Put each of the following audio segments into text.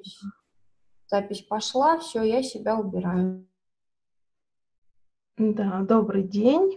Запись пошла, все, я себя убираю. Да, добрый день.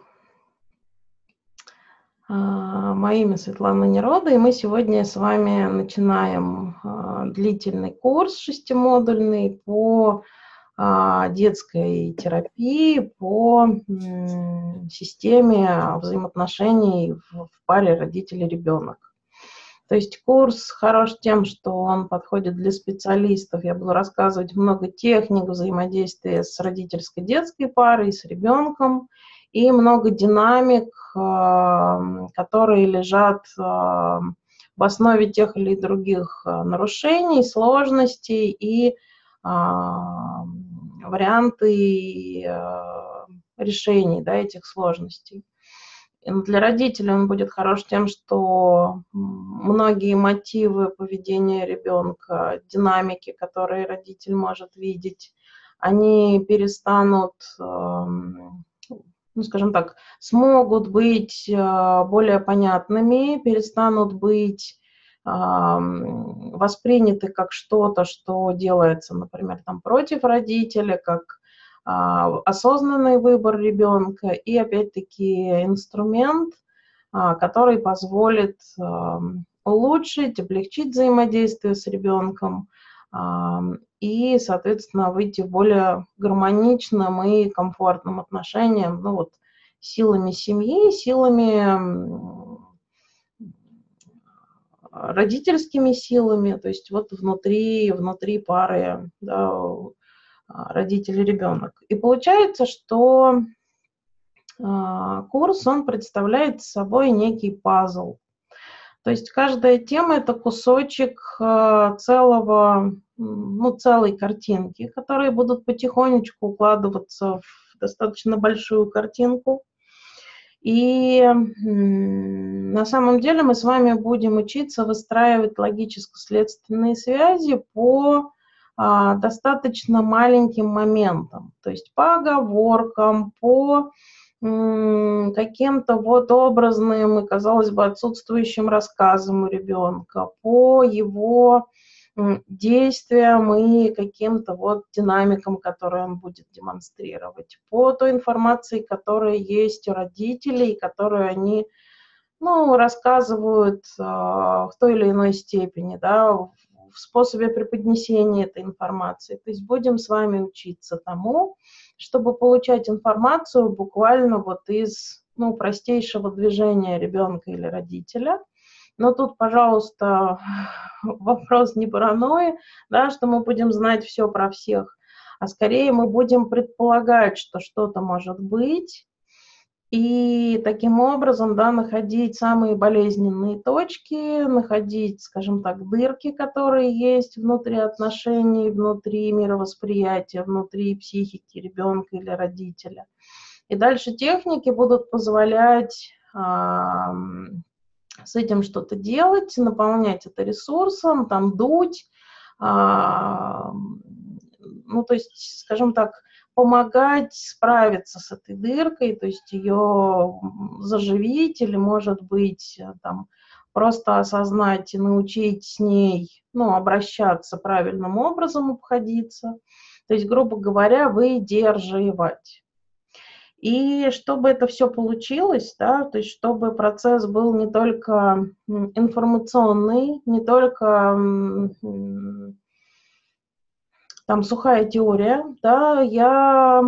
Мое имя Светлана Нерода, и мы сегодня с вами начинаем длительный курс шестимодульный по детской терапии, по системе взаимоотношений в паре родитель-ребенок. То есть курс хорош тем, что он подходит для специалистов. Я буду рассказывать много техник взаимодействия с родительской детской парой, с ребенком, и много динамик, которые лежат в основе тех или других нарушений, сложностей и варианты решений, да, этих сложностей. Для родителей он будет хорош тем, что многие мотивы поведения ребенка, динамики, которые родитель может видеть, они перестанут, скажем так, смогут быть более понятными, перестанут быть восприняты как что-то, что делается, например, там, против родителя, как осознанный выбор ребенка и, опять-таки, инструмент, который позволит улучшить, облегчить взаимодействие с ребенком и, соответственно, выйти в более гармоничным и комфортным отношениям, силами семьи, силами родительскими силами, то есть внутри пары, да, родитель и ребенок. И получается, что курс, он представляет собой некий пазл. То есть каждая тема – это кусочек целой картинки, которые будут потихонечку укладываться в достаточно большую картинку. И на самом деле мы с вами будем учиться выстраивать логическо-следственные связи по достаточно маленьким моментам, то есть по оговоркам, по каким-то образным и, казалось бы, отсутствующим рассказам у ребенка, по его действиям и каким-то динамикам, которые он будет демонстрировать, по той информации, которая есть у родителей, которую они рассказывают в той или иной степени, да, в способе преподнесения этой информации. То есть будем с вами учиться тому, чтобы получать информацию буквально из простейшего движения ребенка или родителя. Но тут, пожалуйста, вопрос не паранойи, да, что мы будем знать все про всех, а скорее мы будем предполагать, что что-то может быть, и таким образом, да, находить самые болезненные точки, находить, скажем так, дырки, которые есть внутри отношений, внутри мировосприятия, внутри психики ребенка или родителя. И дальше техники будут позволять с этим что-то делать, наполнять это ресурсом, там дуть, то есть, скажем так, помогать справиться с этой дыркой, то есть ее заживить или, может быть, там, просто осознать и научить с ней, обращаться правильным образом, обходиться. То есть, грубо говоря, выдерживать. И чтобы это все получилось, да, то есть чтобы процесс был не только информационный, не только там сухая теория, да, я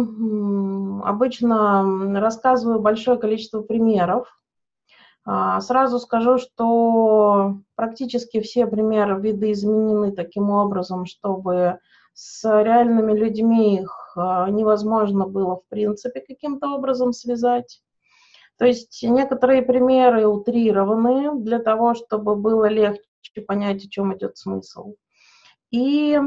обычно рассказываю большое количество примеров. Сразу скажу, что практически все примеры видоизменены таким образом, чтобы с реальными людьми их невозможно было в принципе каким-то образом связать. То есть некоторые примеры утрированы для того, чтобы было легче понять, о чем идет смысл. И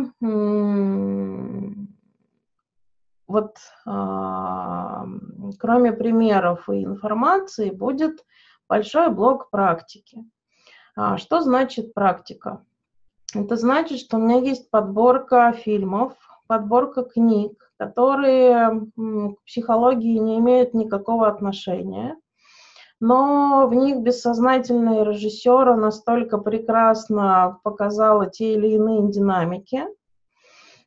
кроме примеров и информации будет большой блок практики. Что значит практика? Это значит, что у меня есть подборка фильмов, подборка книг, которые к психологии не имеют никакого отношения, но в них бессознательные режиссеры настолько прекрасно показали те или иные динамики,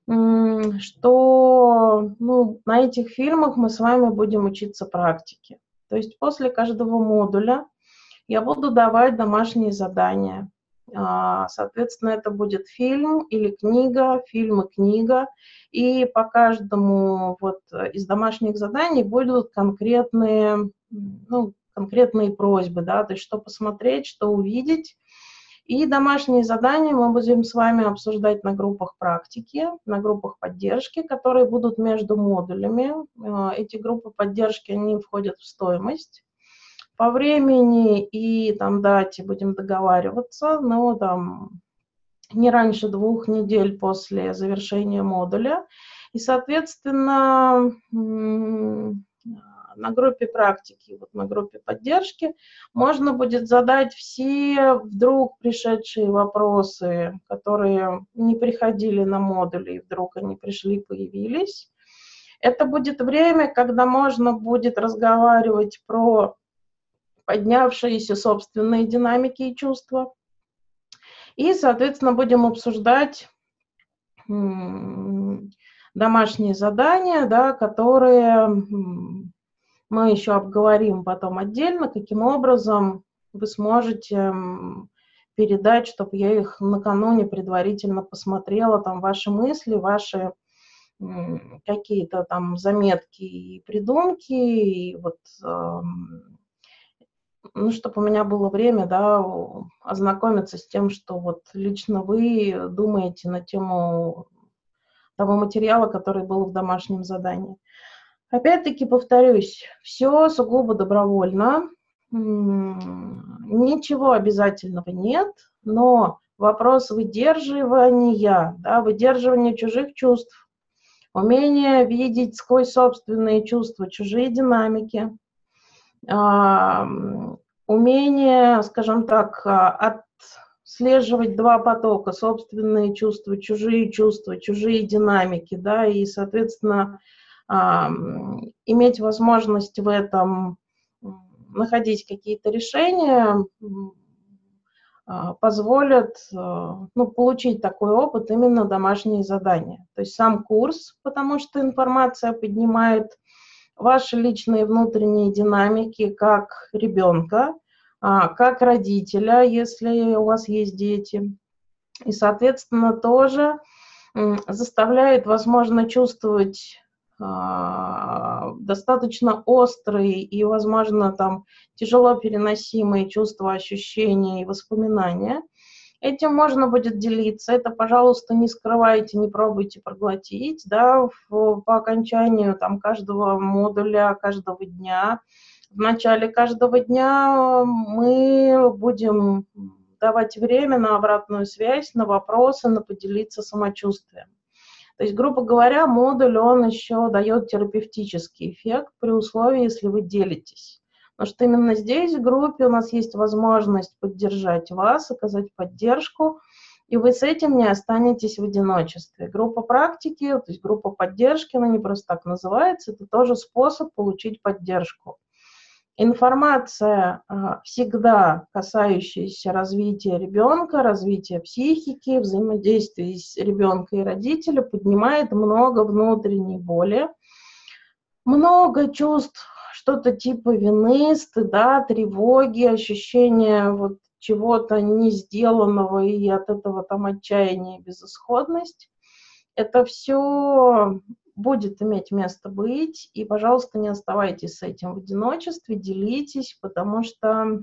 что на этих фильмах мы с вами будем учиться практике. То есть после каждого модуля я буду давать домашние задания. Соответственно, это будет фильм или книга, фильм и книга. И по каждому из домашних заданий будут конкретные просьбы, да, то есть что посмотреть, что увидеть. И домашние задания мы будем с вами обсуждать на группах практики, на группах поддержки, которые будут между модулями. Эти группы поддержки, они входят в стоимость. По времени и дате будем договариваться, но не раньше 2 недель после завершения модуля. И, соответственно, на группе практики, на группе поддержки можно будет задать все вдруг пришедшие вопросы, которые не приходили на модули, и вдруг они пришли, появились. Это будет время, когда можно будет разговаривать про поднявшиеся собственные динамики и чувства. И, соответственно, будем обсуждать домашние задания, да, которые мы еще обговорим потом отдельно, каким образом вы сможете передать, чтобы я их накануне предварительно посмотрела, ваши мысли, ваши какие-то заметки и придумки, и чтобы у меня было время, да, ознакомиться с тем, что лично вы думаете на тему того материала, который был в домашнем задании. Опять-таки повторюсь, все сугубо добровольно, ничего обязательного нет, но вопрос выдерживания, да, выдерживания чужих чувств, умение видеть сквозь собственные чувства чужие динамики, умение, скажем так, отслеживать 2 потока: собственные чувства, чужие динамики, да, и, соответственно, иметь возможность в этом находить какие-то решения, позволят получить такой опыт именно домашние задания. То есть сам курс, потому что информация поднимает ваши личные внутренние динамики как ребенка, как родителя, если у вас есть дети. И, соответственно, тоже заставляет, возможно, чувствовать достаточно острые и, возможно, тяжело переносимые чувства, ощущения и воспоминания. Этим можно будет делиться. Это, пожалуйста, не скрывайте, не пробуйте проглотить, да, по окончанию каждого модуля, каждого дня. В начале каждого дня мы будем давать время на обратную связь, на вопросы, на поделиться самочувствием. То есть, грубо говоря, модуль, он еще дает терапевтический эффект при условии, если вы делитесь. Потому что именно здесь, в группе, у нас есть возможность поддержать вас, оказать поддержку, и вы с этим не останетесь в одиночестве. Группа практики, то есть группа поддержки, она не просто так называется, это тоже способ получить поддержку. Информация, всегда касающаяся развития ребенка, развития психики, взаимодействия с ребенка и родителя, поднимает много внутренней боли, много чувств, что-то типа вины, стыда, тревоги, ощущения чего-то не сделанного и от этого отчаяния и безысходность. Это все будет иметь место быть, и, пожалуйста, не оставайтесь с этим в одиночестве, делитесь, потому что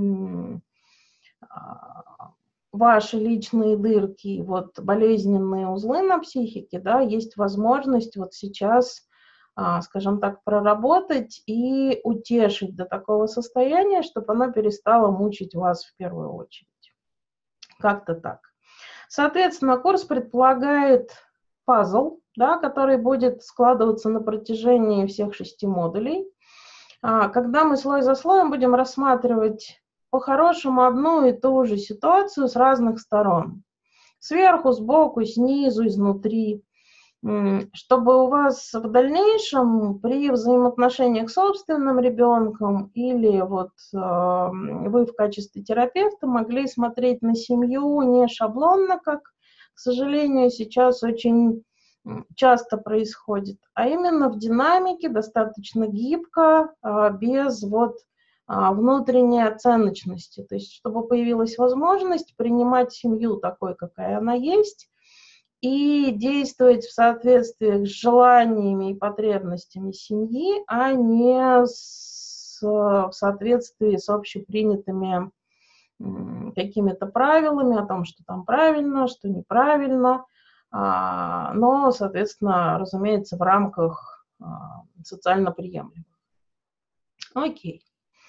ваши личные дырки, болезненные узлы на психике, да, есть возможность сейчас, скажем так, проработать и утешить до такого состояния, чтобы оно перестало мучить вас в первую очередь. Как-то так. Соответственно, курс предполагает пазл, да, который будет складываться на протяжении всех 6 модулей. Когда мы слой за слоем будем рассматривать по-хорошему одну и ту же ситуацию с разных сторон. Сверху, сбоку, снизу, изнутри. Чтобы у вас в дальнейшем при взаимоотношениях с собственным ребенком или вы в качестве терапевта могли смотреть на семью не шаблонно, как, к сожалению, сейчас очень часто происходит, а именно в динамике, достаточно гибко, без внутренней оценочности. То есть, чтобы появилась возможность принимать семью такой, какая она есть, и действовать в соответствии с желаниями и потребностями семьи, а не в соответствии с общепринятыми какими-то правилами о том, что там правильно, что неправильно, но, соответственно, разумеется, в рамках социально приемлемых. Окей.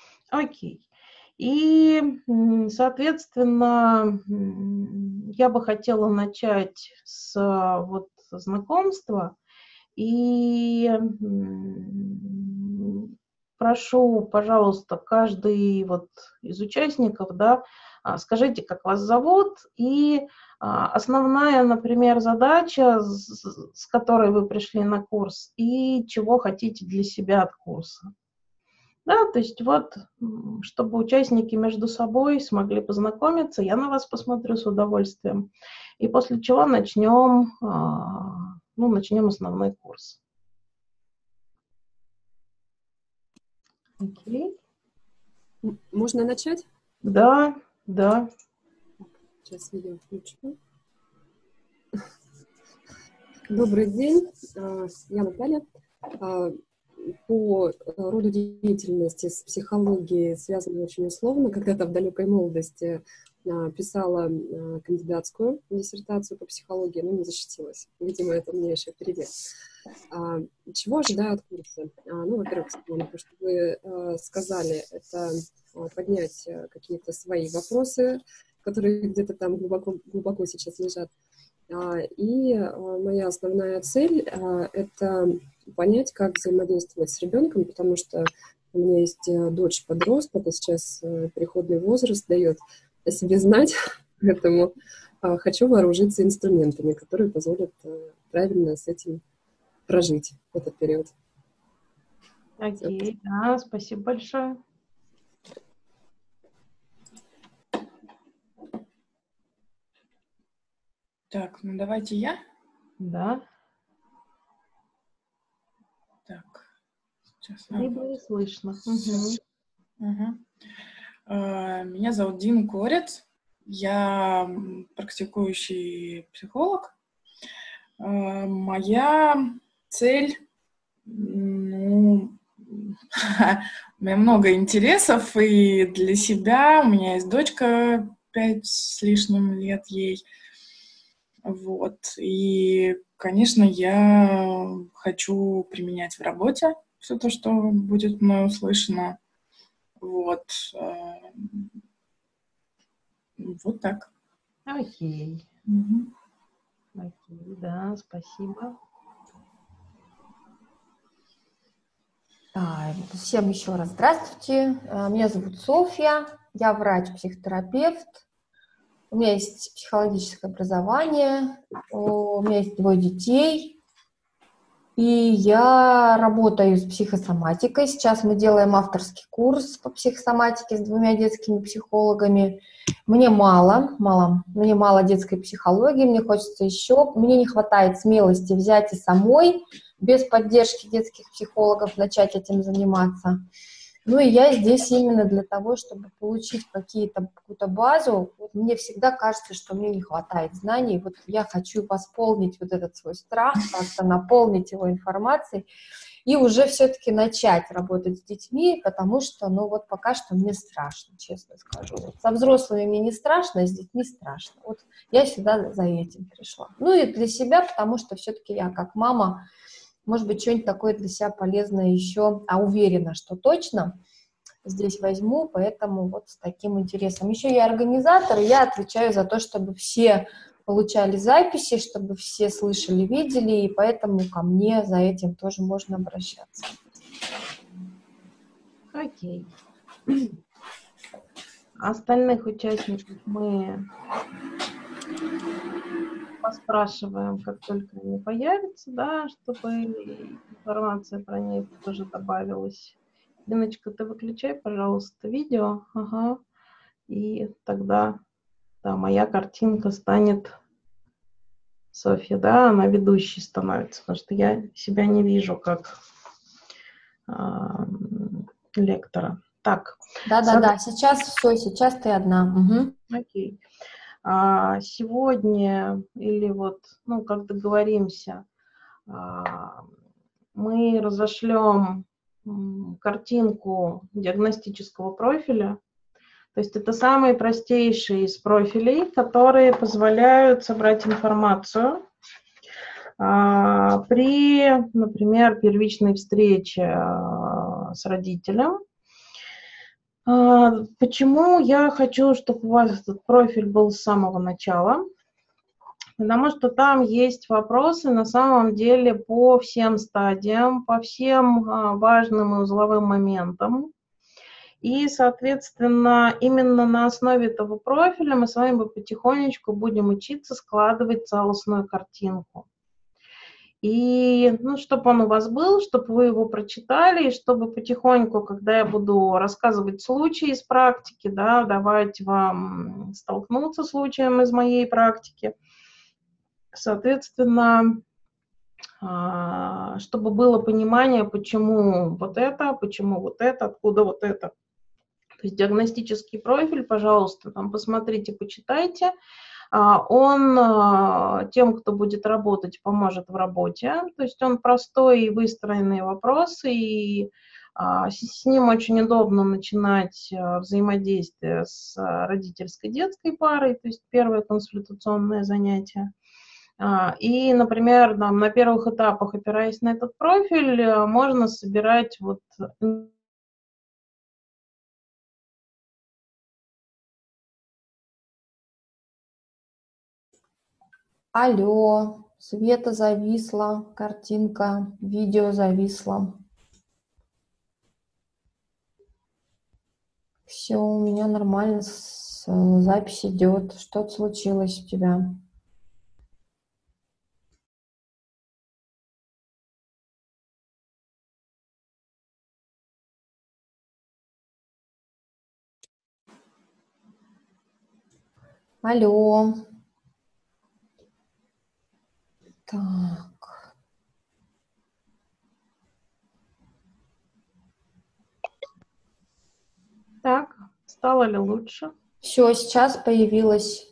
И, соответственно, я бы хотела начать с знакомства. И прошу, пожалуйста, каждый из участников, скажите, как вас зовут, и основная, например, задача, с которой вы пришли на курс, и чего хотите для себя от курса. Да, то есть чтобы участники между собой смогли познакомиться, я на вас посмотрю с удовольствием, и после чего начнем основной курс. Окей. Можно начать? Да. Сейчас видео включу. Добрый день, я Наталья. По роду деятельности с психологией связано очень условно. Когда-то в далекой молодости писала кандидатскую диссертацию по психологии, но не защитилась. Видимо, это у меня еще впереди. Чего ожидаю от курса? Во-первых, то, что вы сказали, это поднять какие-то свои вопросы, которые где-то там глубоко сейчас лежат. И моя основная цель – это понять, как взаимодействовать с ребенком, потому что у меня есть дочь-подросток, а сейчас переходный возраст дает о себе знать, поэтому хочу вооружиться инструментами, которые позволят правильно с этим прожить этот период. Окей, спасибо большое. Так, давайте я. Да. Так, сейчас. Либо не слышно. Угу. Меня зовут Дина Корец. Я практикующий психолог. Моя цель, у меня много интересов, и для себя у меня есть дочка 5 с лишним лет ей. И, конечно, я хочу применять в работе все то, что будет мной услышано. Вот так. Окей. Окей, да, спасибо. Всем еще раз здравствуйте. Меня зовут Софья, я врач-психотерапевт. У меня есть психологическое образование, у меня есть 2 детей, и я работаю с психосоматикой. Сейчас мы делаем авторский курс по психосоматике с 2 детскими психологами. Мне мало детской психологии, мне хочется еще, мне не хватает смелости взять и самой, без поддержки детских психологов, начать этим заниматься. И я здесь именно для того, чтобы получить какую-то базу. Мне всегда кажется, что мне не хватает знаний. Я хочу восполнить этот свой страх, как-то наполнить его информацией и уже все-таки начать работать с детьми, потому что, пока что мне страшно, честно скажу. Со взрослыми мне не страшно, а с детьми страшно. Я сюда за этим пришла. И для себя, потому что все-таки я как мама, может быть, что-нибудь такое для себя полезное еще, уверена, что точно здесь возьму, поэтому с таким интересом. Еще я организатор, и я отвечаю за то, чтобы все получали записи, чтобы все слышали, видели, и поэтому ко мне за этим тоже можно обращаться. Окей. Остальных участников мы поспрашиваем, как только они появятся, чтобы информация про них тоже добавилась. Диночка, ты выключай, пожалуйста, видео. Ага. И тогда моя картинка станет Софья, да, она ведущей становится, потому что я себя не вижу как лектора. Так. Да-да-да, сейчас все, сейчас ты одна. Угу. Окей. Сегодня или вот, ну, как договоримся, мы разошлем картинку диагностического профиля. То есть это самые простейшие из профилей, которые позволяют собрать информацию при, например, первичной встрече с родителем. Почему я хочу, чтобы у вас этот профиль был с самого начала? Потому что там есть вопросы на самом деле по всем стадиям, по всем важным и узловым моментам. И, соответственно, именно на основе этого профиля мы с вами потихонечку будем учиться складывать целостную картинку. И, ну, чтобы он у вас был, чтобы вы его прочитали, и чтобы потихоньку, когда я буду рассказывать случаи из практики, да, давать вам столкнуться с случаем из моей практики, соответственно, чтобы было понимание, почему вот это, откуда вот это. То есть диагностический профиль, пожалуйста, там посмотрите, почитайте. Он тем, кто будет работать, поможет в работе. То есть он простой и выстроенные вопросы, и с ним очень удобно начинать взаимодействие с родительской детской парой, то есть первое консультационное занятие. И, например, там, на первых этапах, опираясь на этот профиль, можно собирать вот... Алло, Света зависла, картинка, видео зависло. Все, у меня нормально запись идет. Что-то случилось у тебя? Алло. Так. Так, стало ли лучше? Все, сейчас появилась.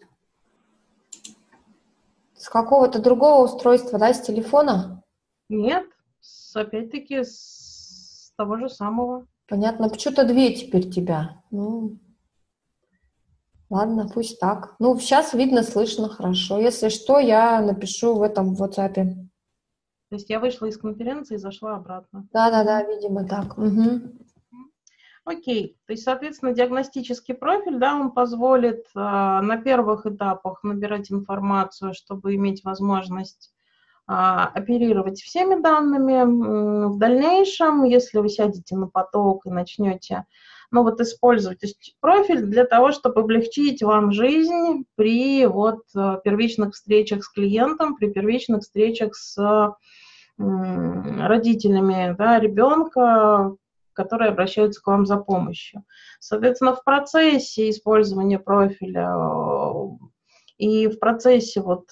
С какого-то другого устройства, да, с телефона? Нет, опять-таки с того же самого. Понятно. Почему-то две теперь тебя. Ну, ладно, пусть так. Ну, сейчас видно, слышно хорошо. Если что, я напишу в этом WhatsApp. То есть я вышла из конференции и зашла обратно. Да-да-да, видимо, так. Угу. Окей. То есть, соответственно, диагностический профиль, да, он позволит на первых этапах набирать информацию, чтобы иметь возможность оперировать всеми данными. В дальнейшем, если вы сядете на поток и начнете, ну, вот использовать, то есть профиль для того, чтобы облегчить вам жизнь при вот первичных встречах с клиентом, при первичных встречах с родителями, да, ребенка, которые обращаются к вам за помощью. Соответственно, в процессе использования профиля и в процессе вот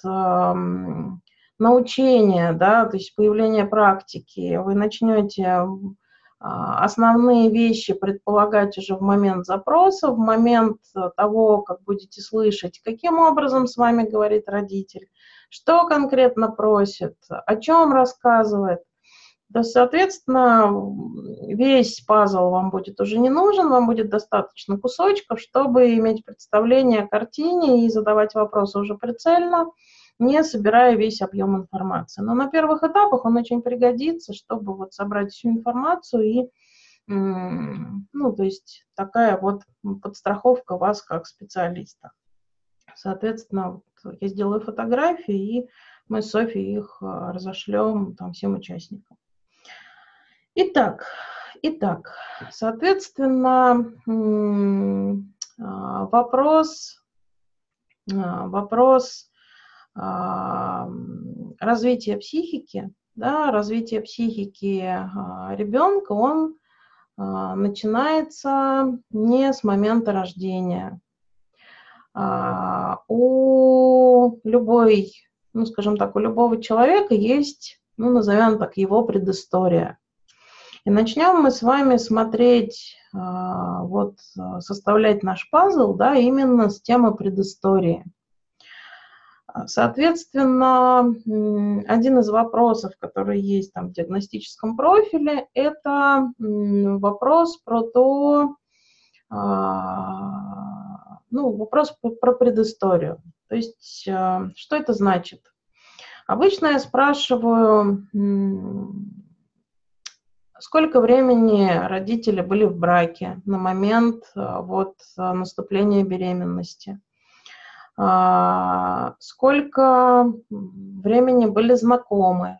научения, да, то есть появления практики, вы начнете основные вещи предполагать уже в момент запроса, в момент того, как будете слышать, каким образом с вами говорит родитель, что конкретно просит, о чем рассказывает. Да, соответственно, весь пазл вам будет уже не нужен, вам будет достаточно кусочков, чтобы иметь представление о картине и задавать вопросы уже прицельно, не собирая весь объем информации. Но на первых этапах он очень пригодится, чтобы вот собрать всю информацию и, ну, то есть такая вот подстраховка вас как специалиста. Соответственно, вот я сделаю фотографии, и мы с Софьей их разошлем там всем участникам. Итак, соответственно, вопрос развития психики, да, развитие психики ребенка, он начинается не с момента рождения. У любой ну, скажем так, у любого человека есть, ну, назовем так, его предыстория. И начнем мы с вами смотреть, составлять наш пазл, да, именно с темы предыстории. Соответственно, один из вопросов, который есть там в диагностическом профиле, это вопрос про то, вопрос про предысторию. То есть, что это значит? Обычно я спрашиваю, сколько времени родители были в браке на момент наступления беременности. Сколько времени были знакомы,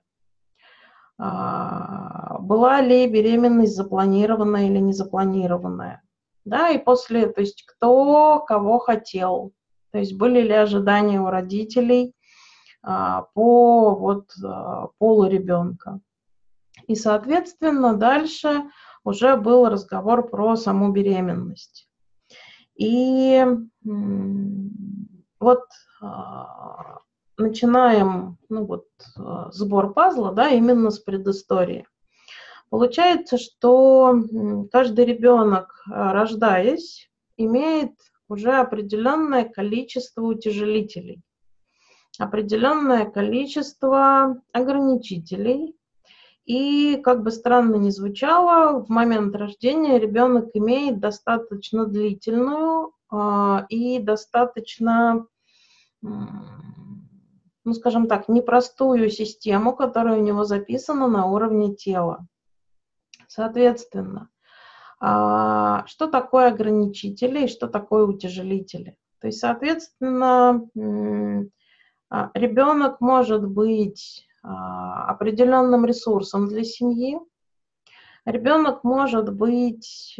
была ли беременность запланированная или не запланированная, да, и после, то есть кто кого хотел, то есть были ли ожидания у родителей по полу ребенка. И, соответственно, дальше уже был разговор про саму беременность. И начинаем сбор пазла, да, именно с предыстории. Получается, что каждый ребенок, рождаясь, имеет уже определенное количество утяжелителей, определенное количество ограничителей. И, как бы странно ни звучало, в момент рождения ребенок имеет достаточно длительную и достаточно, скажем так, непростую систему, которая у него записана на уровне тела. Соответственно, что такое ограничители и что такое утяжелители? То есть, соответственно, ребенок может быть определенным ресурсом для семьи. Ребенок может быть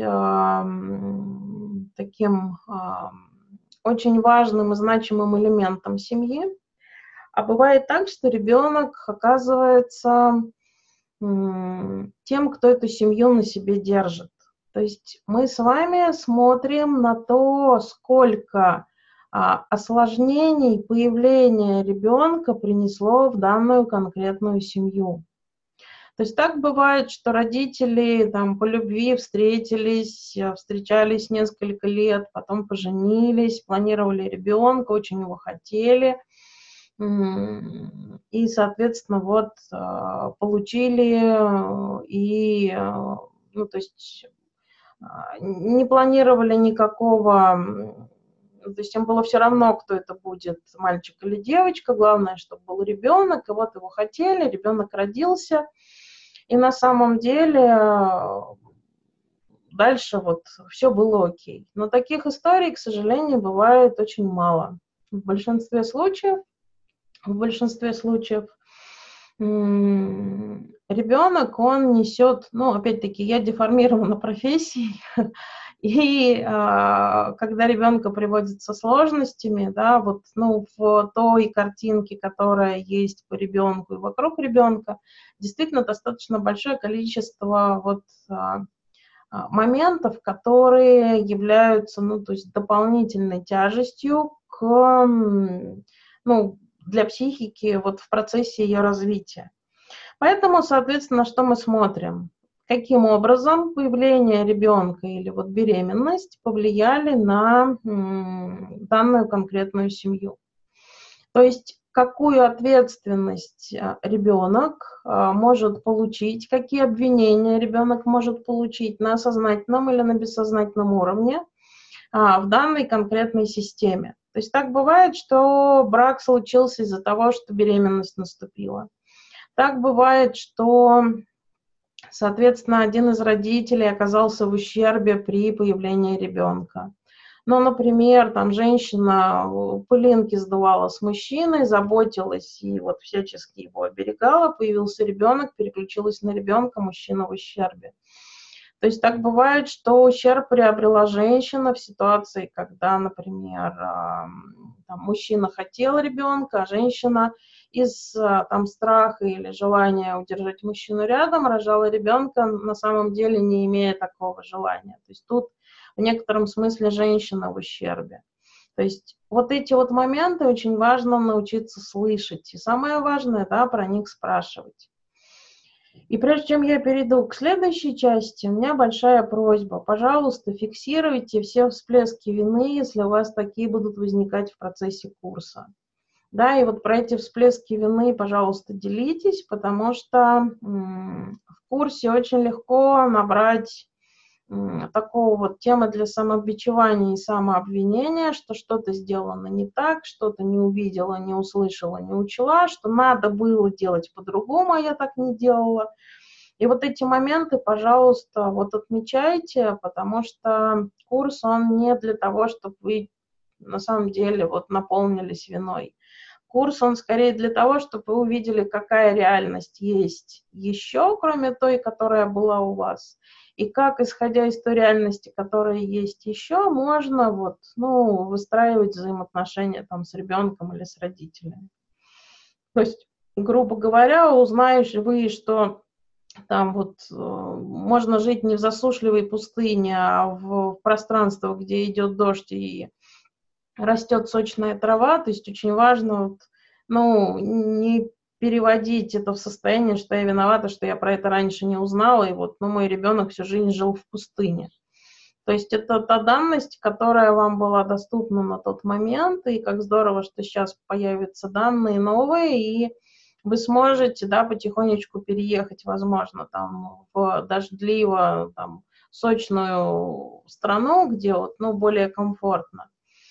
таким очень важным и значимым элементом семьи. А бывает так, что ребенок оказывается тем, кто эту семью на себе держит. То есть мы с вами смотрим на то, сколько осложнений появление ребенка принесло в данную конкретную семью. То есть так бывает, что родители там по любви встречались несколько лет, потом поженились, планировали ребенка, очень его хотели. И, соответственно, получили и, то есть не планировали никакого. То есть им было все равно, кто это будет, мальчик или девочка. Главное, чтобы был ребенок. И вот его хотели, ребенок родился. И на самом деле дальше все было окей. Но таких историй, к сожалению, бывает очень мало. В большинстве случаев ребенок, он несет, опять-таки, я деформирована профессией, и когда ребенка приводят со сложностями, да, в той картинке, которая есть по ребенку и вокруг ребенка, действительно достаточно большое количество моментов, которые являются, то есть дополнительной тяжестью для психики в процессе ее развития. Поэтому, соответственно, что мы смотрим? Каким образом появление ребенка или беременность повлияли на данную конкретную семью? То есть какую ответственность ребенок может получить, какие обвинения ребенок может получить на сознательном или на бессознательном уровне в данной конкретной системе. То есть так бывает, что брак случился из-за того, что беременность наступила. Так бывает, что, соответственно, один из родителей оказался в ущербе при появлении ребенка. Например, женщина пылинки сдувала с мужчиной, заботилась и всячески его оберегала, появился ребенок, переключилась на ребенка, мужчина в ущербе. То есть так бывает, что ущерб приобрела женщина в ситуации, когда, например, мужчина хотел ребенка, а женщина из страха или желания удержать мужчину рядом рожала ребенка, на самом деле не имея такого желания. То есть тут в некотором смысле женщина в ущербе. То есть вот эти вот моменты очень важно научиться слышать. И самое важное, да, про них спрашивать. И прежде чем я перейду к следующей части, у меня большая просьба. Пожалуйста, фиксируйте все всплески вины, если у вас такие будут возникать в процессе курса. Да, и вот про эти всплески вины, пожалуйста, делитесь, потому что в курсе очень легко набрать такого вот темы для самобичевания и самообвинения, что что-то сделано не так, что-то не увидела, не услышала, не учла, что надо было делать по-другому, а я так не делала. И вот эти моменты, пожалуйста, вот отмечайте, потому что курс, он не для того, чтобы вы на самом деле вот наполнились виной. Курс, он скорее для того, чтобы вы увидели, какая реальность есть еще, кроме той, которая была у вас. И как, исходя из той реальности, которая есть еще, можно вот, ну, выстраивать взаимоотношения там, с ребенком или с родителями. То есть, грубо говоря, узнаешь вы, что там вот можно жить не в засушливой пустыне, а в пространствах, где идет дождь и растет сочная трава. То есть очень важно вот, ну, не переводить это в состояние, что я виновата, что я про это раньше не узнала, и вот, ну, мой ребенок всю жизнь жил в пустыне. То есть это та данность, которая вам была доступна на тот момент, и как здорово, что сейчас появятся данные новые, и вы сможете, да, потихонечку переехать, возможно, там, в дождливо, там, сочную страну, где вот, ну, более комфортно.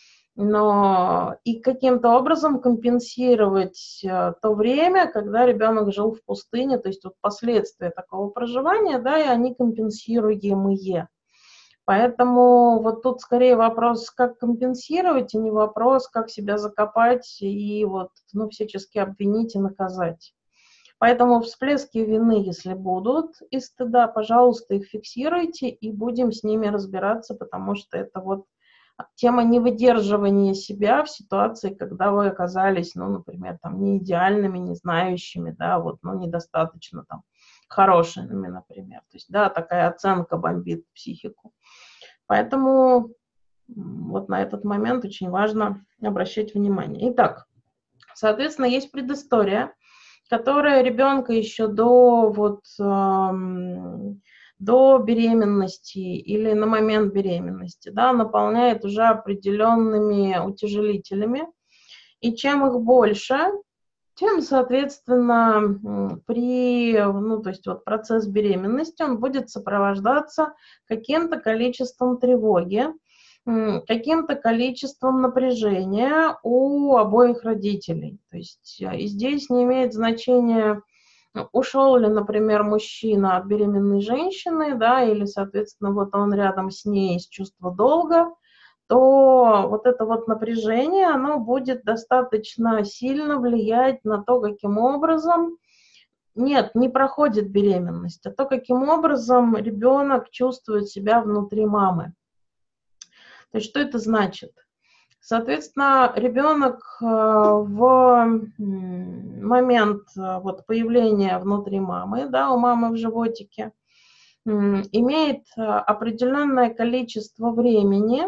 Но и каким-то образом компенсировать то время, когда ребенок жил в пустыне, то есть вот последствия такого проживания, да, и они компенсируемые. Поэтому вот тут скорее вопрос, как компенсировать, и не вопрос, как себя закопать и вот, ну, всячески обвинить и наказать. Поэтому всплески вины, если будут, и стыда, пожалуйста, их фиксируйте, и будем с ними разбираться, потому что это вот тема невыдерживания себя в ситуации, когда вы оказались, ну, например, там, не идеальными, не знающими, да, вот, ну, недостаточно там хорошими, например. То есть, да, такая оценка бомбит психику. Поэтому вот на этот момент очень важно обращать внимание. Итак, соответственно, есть предыстория, которая ребенка еще до беременности или на момент беременности, да, наполняет уже определенными утяжелителями. И чем их больше, тем, соответственно, ну, то есть вот процесс беременности, он будет сопровождаться каким-то количеством тревоги, каким-то количеством напряжения у обоих родителей. То есть и здесь не имеет значения, ушел ли, например, мужчина от беременной женщины, да, или, соответственно, вот он рядом с ней из чувства долга, то вот это вот напряжение, оно будет достаточно сильно влиять на то, каким образом, нет, не проходит беременность, а то, каким образом ребенок чувствует себя внутри мамы. То есть что это значит? Соответственно, ребенок в момент вот появления внутри мамы, да, у мамы в животике, имеет определенное количество времени,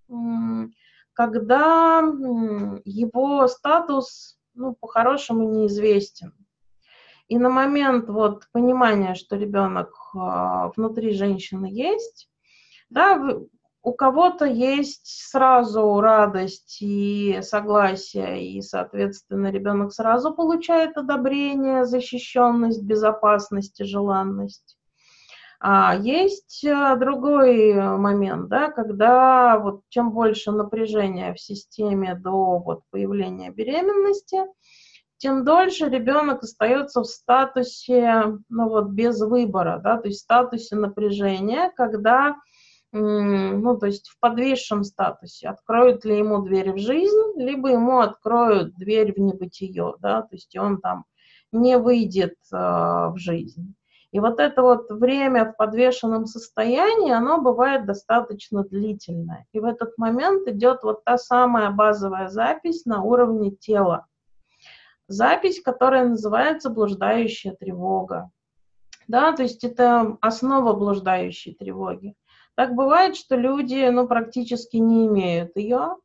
когда его статус, ну, по-хорошему неизвестен. И на момент вот понимания, что ребенок внутри женщины есть, да, у кого-то есть сразу радость и согласие, и, соответственно, ребенок сразу получает одобрение, защищенность, безопасность и желанность. А есть другой момент, да, когда вот чем больше напряжения в системе до вот появления беременности, тем дольше ребенок остается в статусе, ну вот, без выбора, да, то есть в статусе напряжения, когда, ну, то есть в подвисшем статусе, откроют ли ему дверь в жизнь, либо ему откроют дверь в небытие, да, то есть он там не выйдет в жизнь. И вот это вот время в подвешенном состоянии, оно бывает достаточно длительное. И в этот момент идет вот та самая базовая запись на уровне тела. Запись, которая называется блуждающая тревога. Да, то есть это основа блуждающей тревоги. Так бывает, что люди, ну, практически не имеют ее,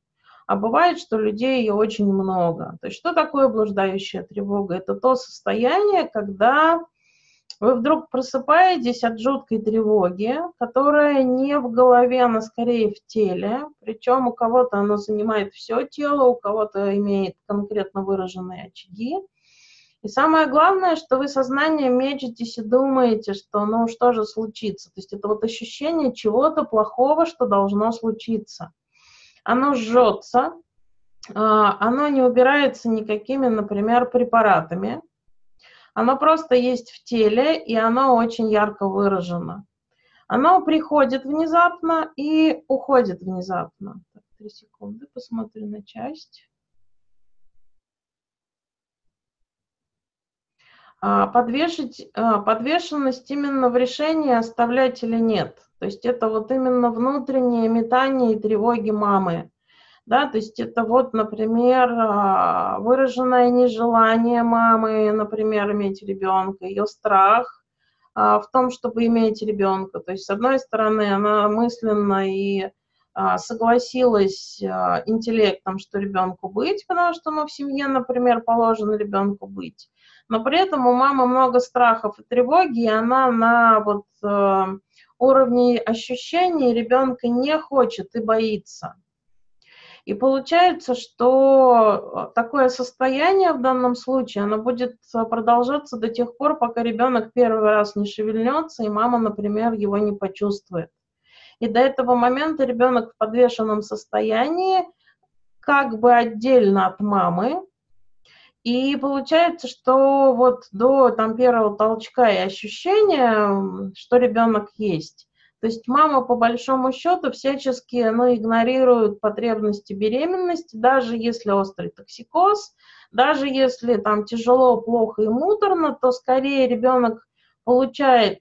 а бывает, что людей ее очень много. То есть что такое блуждающая тревога? Это то состояние, когда вы вдруг просыпаетесь от жуткой тревоги, которая не в голове, она скорее в теле. Причем у кого-то она занимает все тело, у кого-то имеет конкретно выраженные очаги. И самое главное, что вы сознанием мечетесь и думаете, что ну что же случится. То есть это вот ощущение чего-то плохого, что должно случиться. Оно жжется, оно не убирается никакими, например, препаратами. Оно просто есть в теле, и оно очень ярко выражено. Оно приходит внезапно и уходит внезапно. Так, 3 секунды, посмотрю на часть. Подвешенность именно в решении, оставлять или нет. То есть это вот именно внутреннее метание и тревоги мамы. Да, то есть это вот, например, выраженное нежелание мамы, например, иметь ребенка, ее страх в том, чтобы иметь ребенка. То есть, с одной стороны, она мысленно и согласилась интеллектом, что ребенку быть, потому что в семье, например, положено ребенку быть. Но при этом у мамы много страхов и тревоги, и она на вот уровне ощущений ребенка не хочет и боится. И получается, что такое состояние в данном случае, оно будет продолжаться до тех пор, пока ребенок первый раз не шевельнется, и мама, например, его не почувствует. И до этого момента ребенок в подвешенном состоянии, как бы отдельно от мамы. И получается, что вот до первого толчка и ощущения, что ребенок есть, то есть мама, по большому счету, всячески игнорирует потребности беременности, даже если острый токсикоз, даже если тяжело, плохо и муторно, то скорее ребенок получает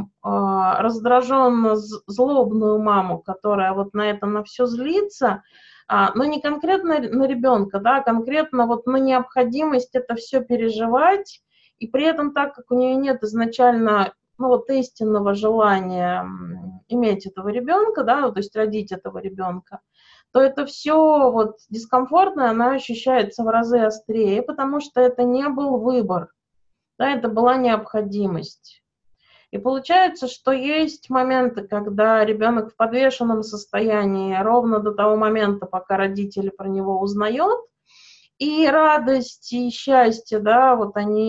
раздраженно злобную маму, которая вот на все злится, но не конкретно на ребенка, да, а конкретно вот на необходимость это все переживать, и при этом, так как у нее нет изначально истинного желания иметь этого ребенка, да, то есть родить этого ребенка, то это все дискомфортно, она ощущается в разы острее, потому что это не был выбор, да, это была необходимость. И получается, что есть моменты, когда ребенок в подвешенном состоянии ровно до того момента, пока родители про него узнают, и радость, и счастье, да,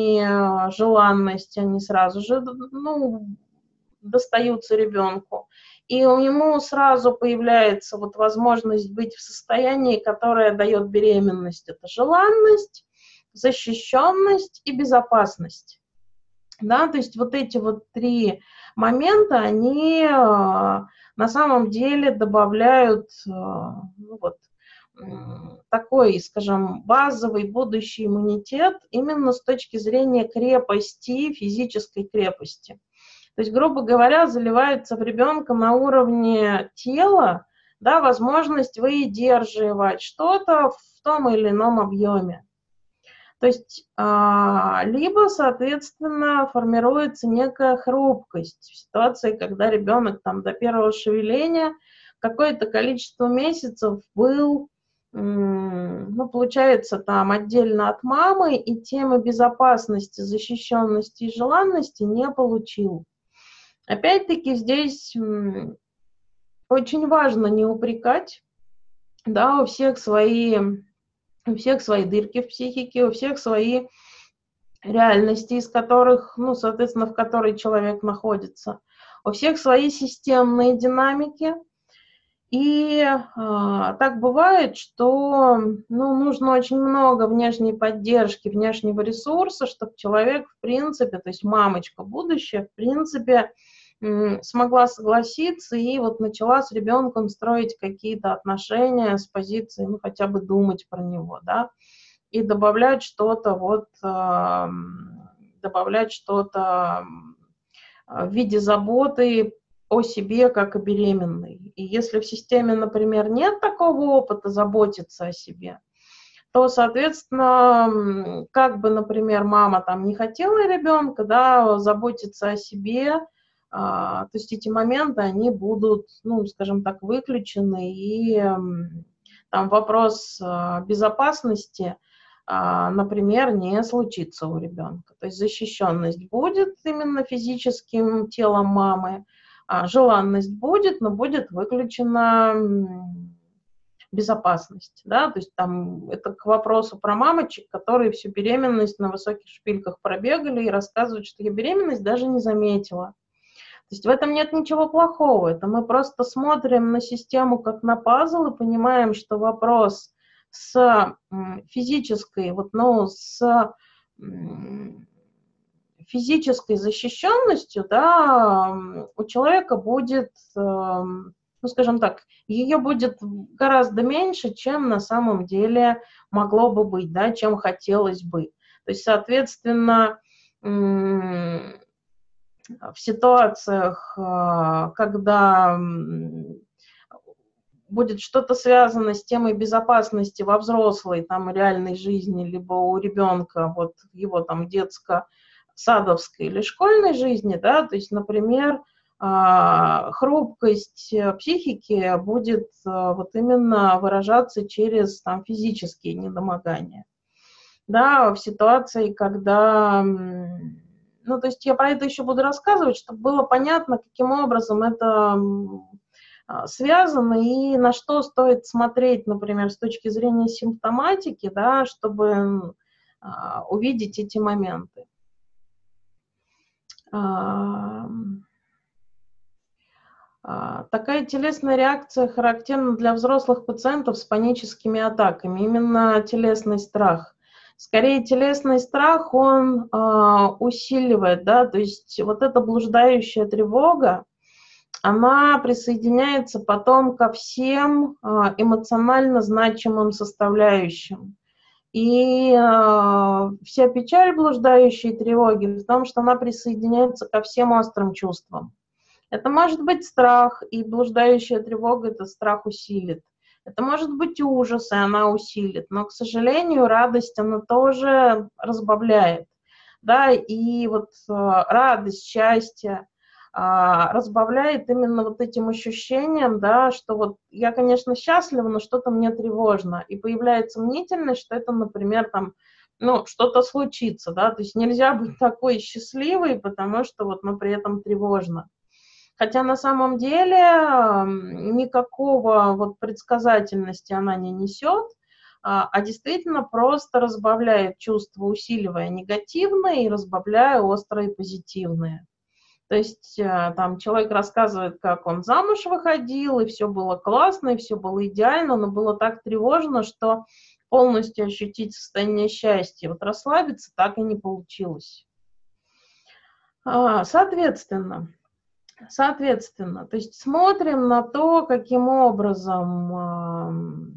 желанность, они сразу же, достаются ребенку. И у него сразу появляется возможность быть в состоянии, которое дает беременность. Это желанность, защищенность и безопасность. Да, то есть эти 3 момента, они на самом деле добавляют такой, скажем, базовый будущий иммунитет именно с точки зрения крепости, физической крепости. То есть, грубо говоря, заливается в ребенка на уровне тела, да, возможность выдерживать что-то в том или ином объеме. То есть, либо, соответственно, формируется некая хрупкость в ситуации, когда ребенок до первого шевеления какое-то количество месяцев был, получается, отдельно от мамы, и темы безопасности, защищенности и желанности не получил. Опять-таки здесь очень важно не упрекать, да, у всех свои дырки в психике, у всех свои реальности, из которых, соответственно, в которой человек находится. У всех свои системные динамики. И так бывает, что нужно очень много внешней поддержки, внешнего ресурса, чтобы человек, в принципе, то есть мамочка будущая, в принципе, смогла согласиться и начала с ребенком строить какие-то отношения с позиции, хотя бы думать про него, да, и добавлять что-то в виде заботы о себе, как о беременной. И если в системе, например, нет такого опыта заботиться о себе, то, соответственно, как бы, например, мама не хотела ребенка, да, заботиться о себе, то есть эти моменты, они будут, скажем так, выключены, и там вопрос безопасности, например, не случится у ребенка. То есть защищенность будет именно физическим телом мамы, желанность будет, но будет выключена безопасность, да, то есть там это к вопросу про мамочек, которые всю беременность на высоких шпильках пробегали и рассказывают, что я беременность даже не заметила. То есть в этом нет ничего плохого, это мы просто смотрим на систему как на пазл и понимаем, что вопрос с физической, с физической защищенностью, да, у человека будет, скажем так, ее будет гораздо меньше, чем на самом деле могло бы быть, да, чем хотелось бы. То есть, соответственно, в ситуациях, когда будет что-то связано с темой безопасности во взрослой, там, реальной жизни, либо у ребенка, вот его там детско-садовской или школьной жизни, да, то есть, например, хрупкость психики будет вот именно выражаться через там физические недомогания, да, в ситуации, когда, то есть я про это еще буду рассказывать, чтобы было понятно, каким образом это связано и на что стоит смотреть, например, с точки зрения симптоматики, да, чтобы увидеть эти моменты. Такая телесная реакция характерна для взрослых пациентов с паническими атаками, именно телесный страх. Скорее, телесный страх, он усиливает, да, то есть вот эта блуждающая тревога, она присоединяется потом ко всем эмоционально значимым составляющим. И вся печаль блуждающей тревоги в том, что она присоединяется ко всем острым чувствам. Это может быть страх, и блуждающая тревога этот страх усилит. Это может быть ужас, и она усилит. Но, к сожалению, радость, она тоже разбавляет. Да? И вот радость, счастье разбавляет именно вот этим ощущением, да, что вот я, конечно, счастлива, но что-то мне тревожно. И появляется мнительность, что это, например, там, что-то случится, да, то есть нельзя быть такой счастливой, потому что вот, при этом тревожно. Хотя на самом деле никакого вот предсказательности она не несет, а действительно просто разбавляет чувства, усиливая негативные и разбавляя острые позитивные. То есть там человек рассказывает, как он замуж выходил, и все было классно, и все было идеально, но было так тревожно, что полностью ощутить состояние счастья, вот расслабиться так и не получилось. Соответственно, то есть смотрим на то, каким образом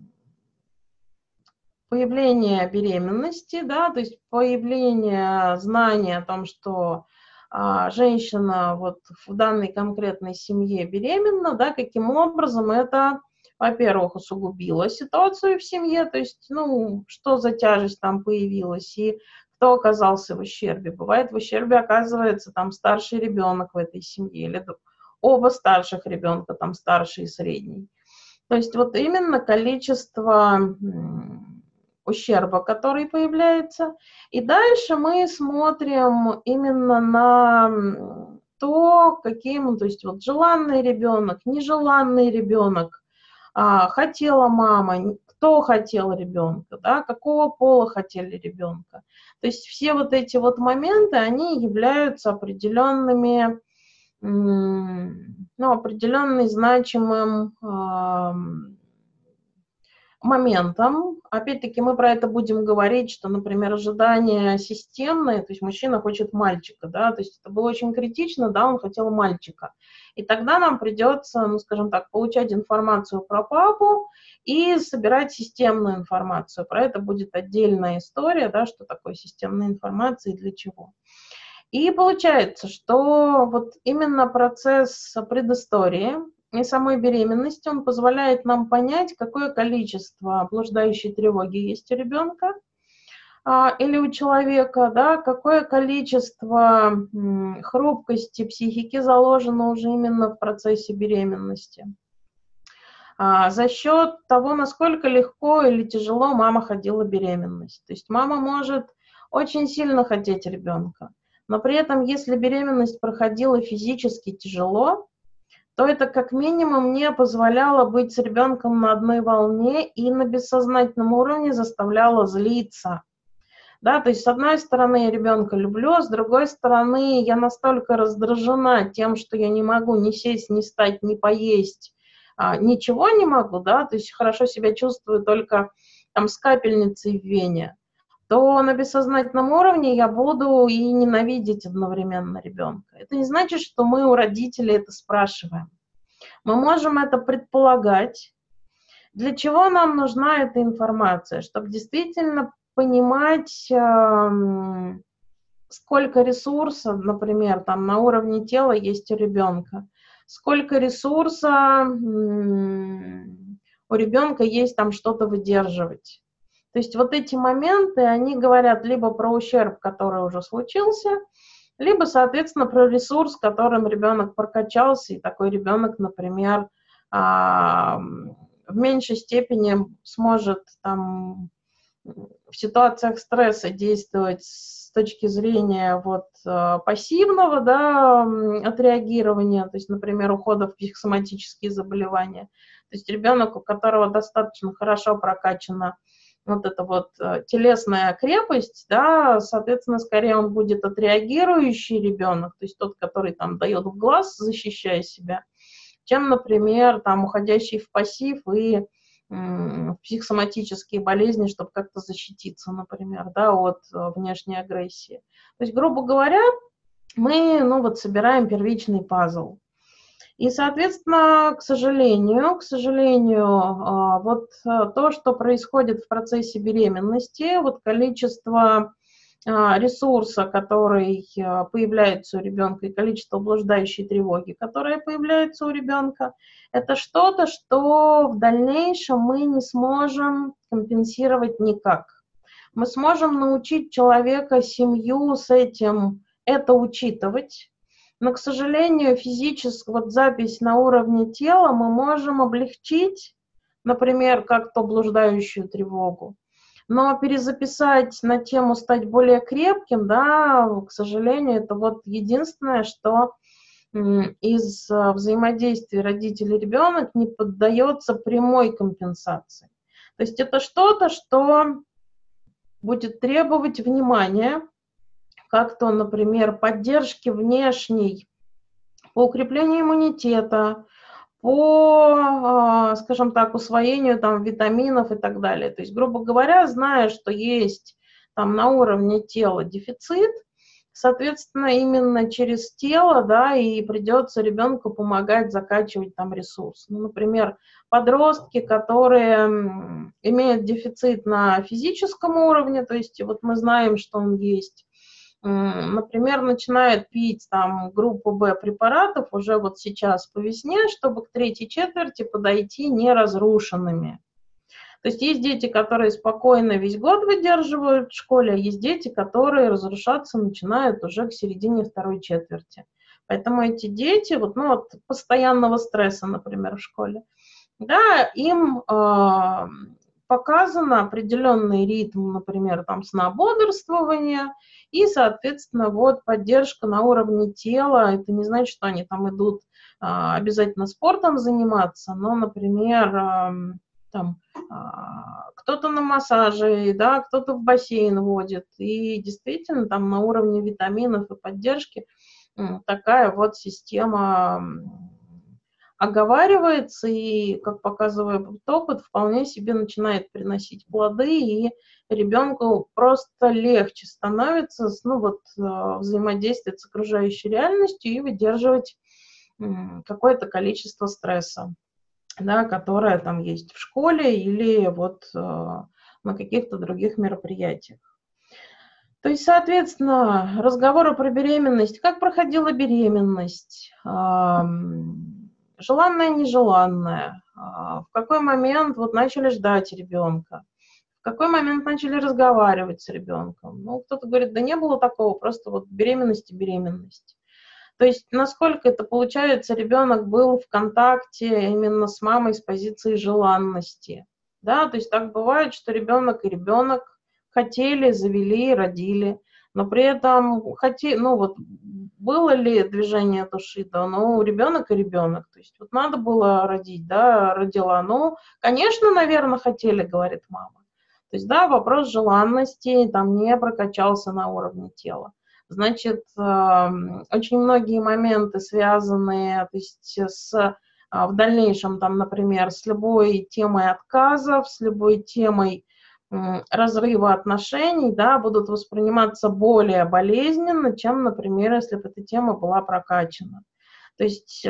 появление беременности, да, то есть появление знания о том, что женщина вот в данной конкретной семье беременна, да, каким образом это, во-первых, усугубило ситуацию в семье, то есть, что за тяжесть там появилась, и кто оказался в ущербе. Бывает, в ущербе оказывается там старший ребенок в этой семье, или оба старших ребенка, там старший и средний. То есть вот именно количество ущерба, который появляется. И дальше мы смотрим именно на то, каким, то есть вот желанный ребенок, нежеланный ребенок, хотела мама, кто хотел ребенка, да, какого пола хотели ребенка. То есть все вот эти вот моменты, они являются определенными, определенным значимым моментом. Опять-таки мы про это будем говорить, что, например, ожидание системное, то есть мужчина хочет мальчика, да, то есть это было очень критично, да, он хотел мальчика. И тогда нам придется, скажем так, получать информацию про папу и собирать системную информацию. Про это будет отдельная история, да, что такое системная информация и для чего. И получается, что вот именно процесс предыстории и самой беременности, он позволяет нам понять, какое количество блуждающей тревоги есть у ребенка или у человека, да, какое количество хрупкости психики заложено уже именно в процессе беременности. за счет того, насколько легко или тяжело мама ходила беременность. То есть мама может очень сильно хотеть ребенка, но при этом, если беременность проходила физически тяжело, то это как минимум не позволяло быть с ребенком на одной волне и на бессознательном уровне заставляло злиться. Да, то есть, с одной стороны, я ребенка люблю, а с другой стороны, я настолько раздражена тем, что я не могу ни сесть, ни встать, ни поесть, ничего не могу, да, то есть хорошо себя чувствую только там с капельницей в вене, то на бессознательном уровне я буду и ненавидеть одновременно ребенка. Это не значит, что мы у родителей это спрашиваем. Мы можем это предполагать. Для чего нам нужна эта информация? Чтобы действительно понимать, сколько ресурса, например, там на уровне тела есть у ребенка, сколько ресурса у ребенка есть там что-то выдерживать. То есть вот эти моменты, они говорят либо про ущерб, который уже случился, либо, соответственно, про ресурс, которым ребенок прокачался, и такой ребенок, например, в меньшей степени сможет там в ситуациях стресса действовать с точки зрения вот пассивного, да, отреагирования, то есть, например, ухода в психосоматические заболевания. То есть ребенок, у которого достаточно хорошо прокачана вот эта вот телесная крепость, да, соответственно, скорее он будет отреагирующий ребенок, то есть тот, который там дает в глаз, защищая себя, чем, например, там уходящий в пассив и психосоматические болезни, чтобы как-то защититься, например, да, от внешней агрессии. То есть, грубо говоря, мы, ну, вот собираем первичный пазл. И, соответственно, к сожалению, вот то, что происходит в процессе беременности, вот количество ресурса, который появляется у ребенка, и количество блуждающей тревоги, которое появляется у ребенка, это что-то, что в дальнейшем мы не сможем компенсировать никак. Мы сможем научить человека, семью с этим это учитывать, но, к сожалению, физически вот запись на уровне тела мы можем облегчить, например, как-то блуждающую тревогу. Но перезаписать на тему стать более крепким, да, к сожалению, это вот единственное, что из взаимодействия родитель-ребенок не поддается прямой компенсации. То есть это что-то, что будет требовать внимания, как-то, например, поддержки внешней по укреплению иммунитета, по, скажем так, усвоению там витаминов и так далее. То есть, грубо говоря, зная, что есть там на уровне тела дефицит, соответственно, именно через тело, да, и придется ребенку помогать закачивать там ресурс. Ну, например, подростки, которые имеют дефицит на физическом уровне, то есть вот мы знаем, что он есть, например, начинают пить там группу В препаратов уже вот сейчас по весне, чтобы к третьей четверти подойти неразрушенными. То есть есть дети, которые спокойно весь год выдерживают в школе, а есть дети, которые разрушаться начинают уже к середине второй четверти. Поэтому эти дети, вот, ну, от постоянного стресса, например, в школе, да, им показан определенный ритм, например, там, сна-бодрствования, и, соответственно, вот поддержка на уровне тела. Это не значит, что они там идут обязательно спортом заниматься, но, например, там кто-то на массаже, да, кто-то в бассейн водит. И действительно там на уровне витаминов и поддержки такая вот система оговаривается и, как показывает опыт, вполне себе начинает приносить плоды, и ребенку просто легче становится, ну, вот, взаимодействовать с окружающей реальностью и выдерживать какое-то количество стресса, да, которое там есть в школе или вот на каких-то других мероприятиях. То есть, соответственно, разговоры про беременность, как проходила беременность, желанная, нежеланная, в какой момент вот начали ждать ребенка, в какой момент начали разговаривать с ребенком. Ну, кто-то говорит, да не было такого, просто вот беременность и беременность. То есть насколько это получается, ребенок был в контакте именно с мамой с позиции желанности. Да, то есть так бывает, что ребенок и ребенок хотели, завели, родили, но при этом ну вот было ли движение души, да, ну ребенок и ребенок, то есть вот надо было родить, да, родила, ну, конечно, наверное, хотели, говорит мама. То есть, да, вопрос желанности там не прокачался на уровне тела. Значит, очень многие моменты, связанные, то есть в дальнейшем, там, например, с любой темой отказов, с любой темой разрыва отношений, да, будут восприниматься более болезненно, чем, например, если бы эта тема была прокачана. То есть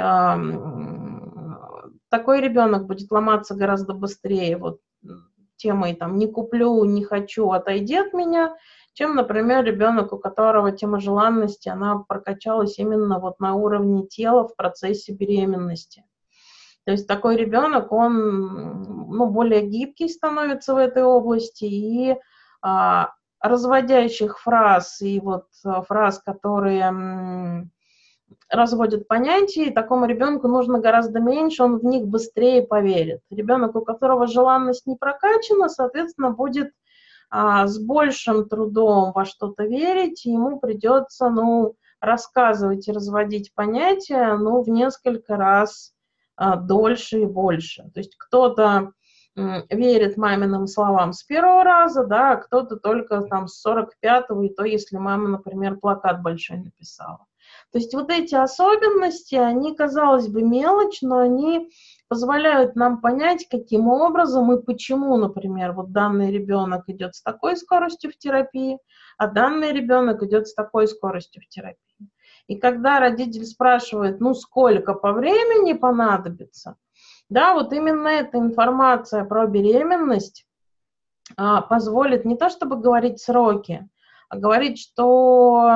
такой ребенок будет ломаться гораздо быстрее вот темой там «не куплю, не хочу, отойди от меня», чем, например, ребенок, у которого тема желанности, она прокачалась именно вот на уровне тела в процессе беременности. То есть такой ребенок, он более гибкий становится в этой области, и разводящих фраз и вот фраз, которые разводят понятия, такому ребенку нужно гораздо меньше, он в них быстрее поверит. Ребенок, у которого желанность не прокачана, соответственно, будет с большим трудом во что-то верить, и ему придется, рассказывать и разводить понятия, в несколько раз дольше и больше. То есть кто-то верит маминым словам с первого раза, да, а кто-то только там с 45-го, и то, если мама, например, плакат большой написала. То есть вот эти особенности, они, казалось бы, мелочь, но они позволяют нам понять, каким образом и почему, например, вот данный ребенок идет с такой скоростью в терапии, а данный ребенок идет с такой скоростью в терапии. И когда родитель спрашивает, сколько по времени понадобится, да, вот именно эта информация про беременность позволит не то чтобы говорить сроки, а говорить, что...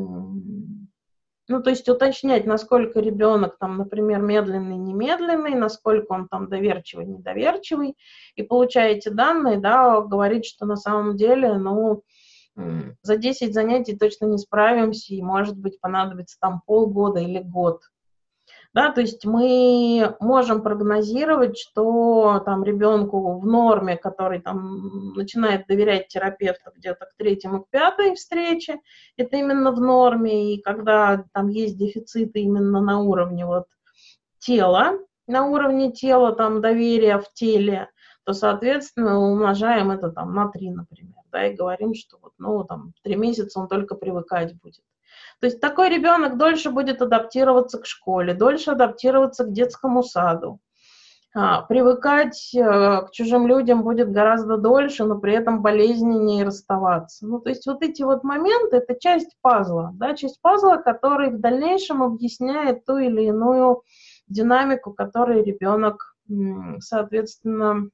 то есть уточнять, насколько ребенок, там, например, медленный, немедленный, насколько он там доверчивый, недоверчивый, и получаете данные, да, говорить, что на самом деле, за 10 занятий точно не справимся, и, может быть, понадобится там полгода или год. Да, то есть мы можем прогнозировать, что там ребенку в норме, который там начинает доверять терапевту где-то к 3-й, к 5-й встрече, это именно в норме, и когда там есть дефициты именно на уровне вот тела, там доверия в теле, то, соответственно, умножаем это там на 3, например, да, и говорим, что вот, 3 месяца он только привыкать будет. То есть такой ребенок дольше будет адаптироваться к школе, дольше адаптироваться к детскому саду. Привыкать к чужим людям будет гораздо дольше, но при этом болезненнее расставаться. То есть вот эти вот моменты – это часть пазла, да, часть пазла, который в дальнейшем объясняет ту или иную динамику, которую ребенок, соответственно,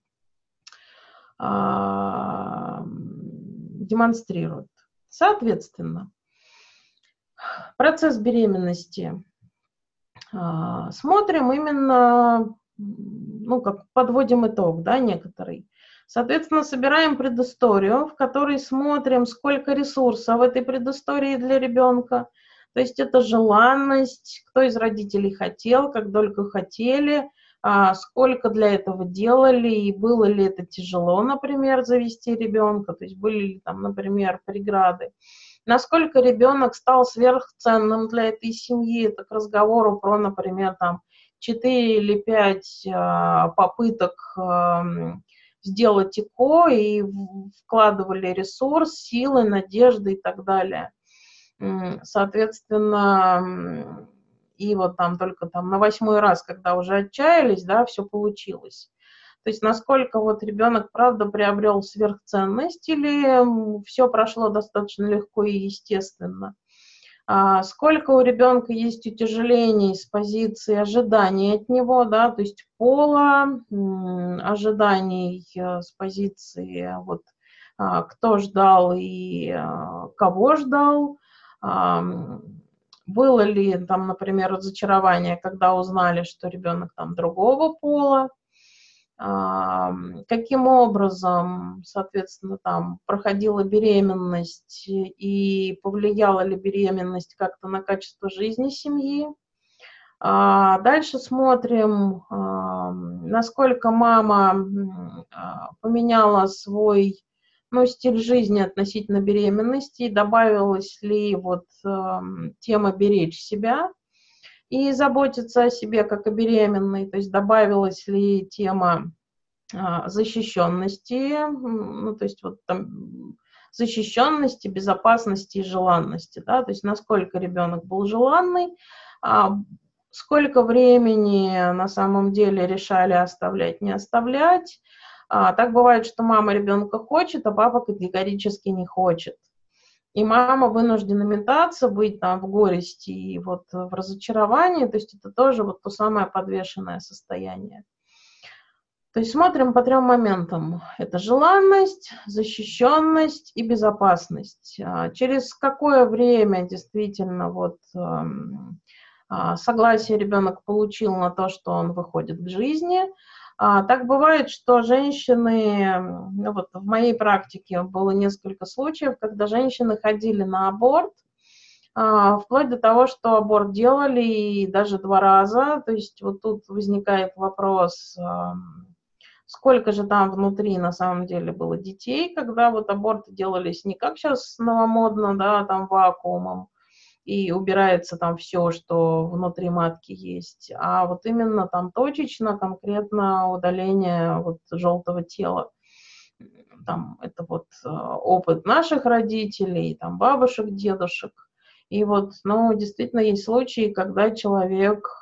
демонстрирует. Соответственно, процесс беременности. Смотрим именно, как подводим итог, да, некоторый. Соответственно, собираем предысторию, в которой смотрим, сколько ресурсов в этой предыстории для ребенка. То есть это желанность, кто из родителей хотел, как только хотели, сколько для этого делали, и было ли это тяжело, например, завести ребенка, то есть были ли там, например, преграды. Насколько ребенок стал сверхценным для этой семьи, это к разговору про, например, там 4 или 5 попыток сделать ЭКО и вкладывали ресурс, силы, надежды и так далее. Соответственно, и вот там только там на 8-й раз, когда уже отчаялись, да, все получилось. То есть насколько вот ребенок, правда, приобрел сверхценность или все прошло достаточно легко и естественно. Сколько у ребенка есть утяжелений с позиции ожиданий от него, да, то есть пола, ожиданий с позиции вот кто ждал и кого ждал. Было ли там, например, разочарование, когда узнали, что ребенок там другого пола. каким образом, соответственно, там проходила беременность и повлияла ли беременность как-то на качество жизни семьи. Дальше смотрим, насколько мама поменяла свой, стиль жизни относительно беременности, добавилась ли вот тема беречь себя и заботиться о себе как о беременной, то есть добавилась ли тема защищенности, то есть вот там защищенности, безопасности и желанности, да, то есть насколько ребенок был желанный, сколько времени на самом деле решали оставлять, не оставлять. Так бывает, что мама ребенка хочет, а папа категорически не хочет. И мама вынуждена метаться, быть там в горести и вот в разочаровании, то есть это тоже вот то самое подвешенное состояние. То есть смотрим по 3 моментам. Это желанность, защищенность и безопасность. Через какое время действительно вот согласие ребенок получил на то, что он выходит к жизни. Так бывает, что женщины, вот в моей практике было несколько случаев, когда женщины ходили на аборт, вплоть до того, что аборт делали и даже 2 раза. То есть вот тут возникает вопрос, сколько же там внутри на самом деле было детей, когда вот аборты делались не как сейчас новомодно, да, там вакуумом, и убирается там все, что внутри матки есть, а вот именно там точечно, конкретно удаление вот желтого тела. Там это вот опыт наших родителей, там бабушек, дедушек. И вот, действительно есть случаи, когда человек,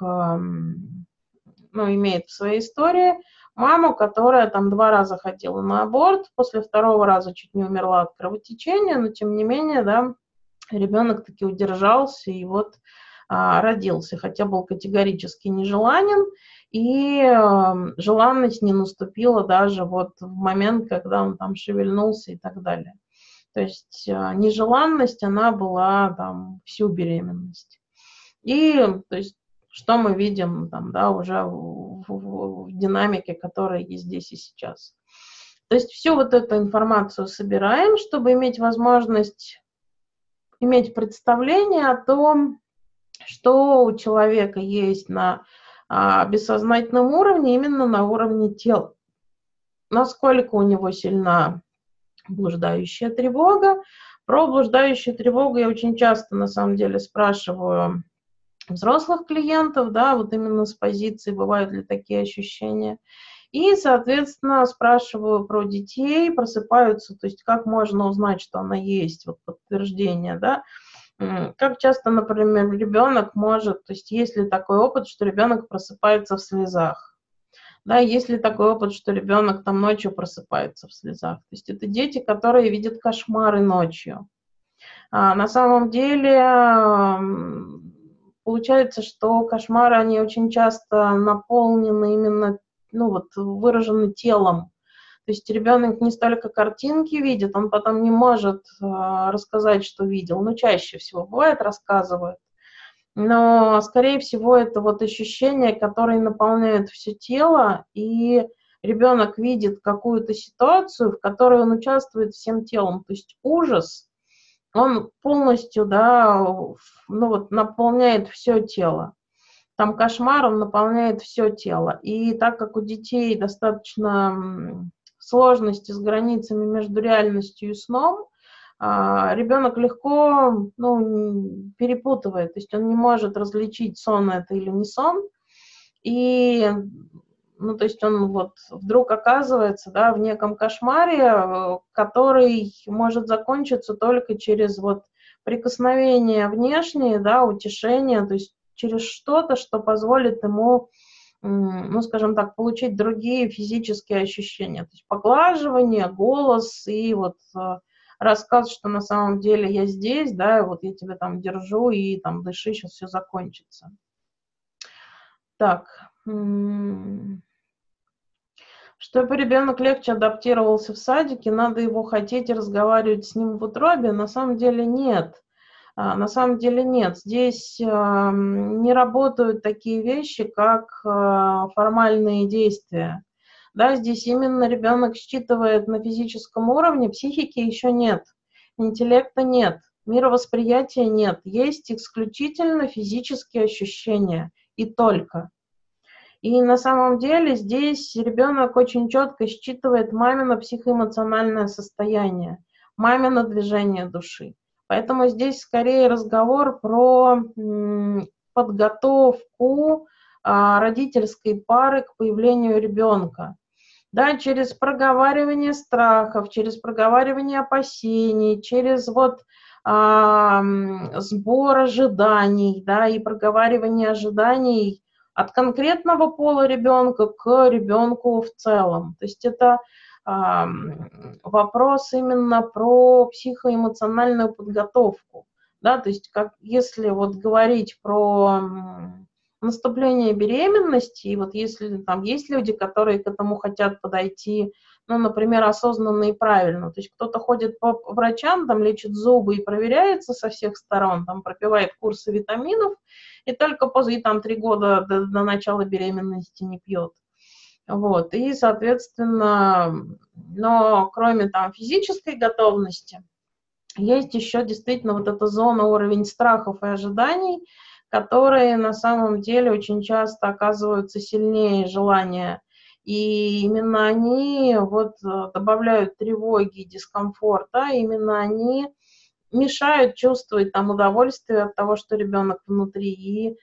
имеет в своей истории маму, которая там 2 раза ходила на аборт, после 2-го раза чуть не умерла от кровотечения, но тем не менее, да, ребенок таки удержался и вот родился, хотя был категорически нежеланен, и желанность не наступила даже вот в момент, когда он там шевельнулся и так далее. То есть нежеланность, она была там всю беременность. И, то есть, что мы видим там, да, уже в динамике, которая есть здесь и сейчас. То есть всю вот эту информацию собираем, чтобы иметь возможность иметь представление о том, что у человека есть на бессознательном уровне, именно на уровне тела. Насколько у него сильна блуждающая тревога. Про блуждающую тревогу я очень часто, на самом деле, спрашиваю взрослых клиентов, да, вот именно с позиции, бывают ли такие ощущения. И, соответственно, спрашиваю про детей, просыпаются, то есть как можно узнать, что она есть, вот подтверждение, да. Как часто, например, ребенок может, то есть есть ли такой опыт, что ребенок просыпается в слезах, да, есть ли такой опыт, что ребенок там ночью просыпается в слезах. То есть это дети, которые видят кошмары ночью. На самом деле получается, что кошмары, они очень часто наполнены именно, выражены телом. То есть ребенок не столько картинки видит, он потом не может рассказать, что видел. Чаще всего бывает, рассказывает. Но, скорее всего, это вот ощущения, которые наполняют все тело, и ребенок видит какую-то ситуацию, в которой он участвует всем телом. То есть ужас, он полностью, да, наполняет все тело. Там кошмар, он наполняет все тело. И так как у детей достаточно сложности с границами между реальностью и сном, ребенок легко перепутывает, то есть он не может различить, сон это или не сон, и то есть он вот вдруг оказывается, да, в неком кошмаре, который может закончиться только через вот прикосновение внешнее, да, утешение, то есть через что-то, что позволит ему, скажем так, получить другие физические ощущения, то есть поглаживание, голос и вот рассказ, что на самом деле я здесь, да, и вот я тебя там держу, и там дыши, сейчас все закончится. Так. Чтобы ребенок легче адаптировался в садике, надо его хотеть и разговаривать с ним в утробе? На самом деле нет. На самом деле нет. Здесь не работают такие вещи, как формальные действия. Да, здесь именно ребенок считывает на физическом уровне, психики еще нет, интеллекта нет, мировосприятия нет, есть исключительно физические ощущения и только. И на самом деле здесь ребенок очень четко считывает мамино психоэмоциональное состояние, мамино движение души. Поэтому здесь скорее разговор про подготовку родительской пары к появлению ребенка. Да, через проговаривание страхов, через проговаривание опасений, через вот сбор ожиданий, да, и проговаривание ожиданий от конкретного пола ребенка к ребенку в целом. То есть это вопрос именно про психоэмоциональную подготовку. Да, то есть как, если вот говорить про наступление беременности, и вот если там есть люди, которые к этому хотят подойти, ну, например, осознанно и правильно, то есть кто-то ходит по врачам, там лечит зубы и проверяется со всех сторон, там пропивает курсы витаминов, и только после там 3 года до начала беременности не пьет. Вот, и, соответственно, но кроме там физической готовности, есть еще действительно вот эта зона, уровень страхов и ожиданий, которые на самом деле очень часто оказываются сильнее желания. И именно они вот добавляют тревоги и дискомфорта, именно они мешают чувствовать там удовольствие от того, что ребенок внутри, и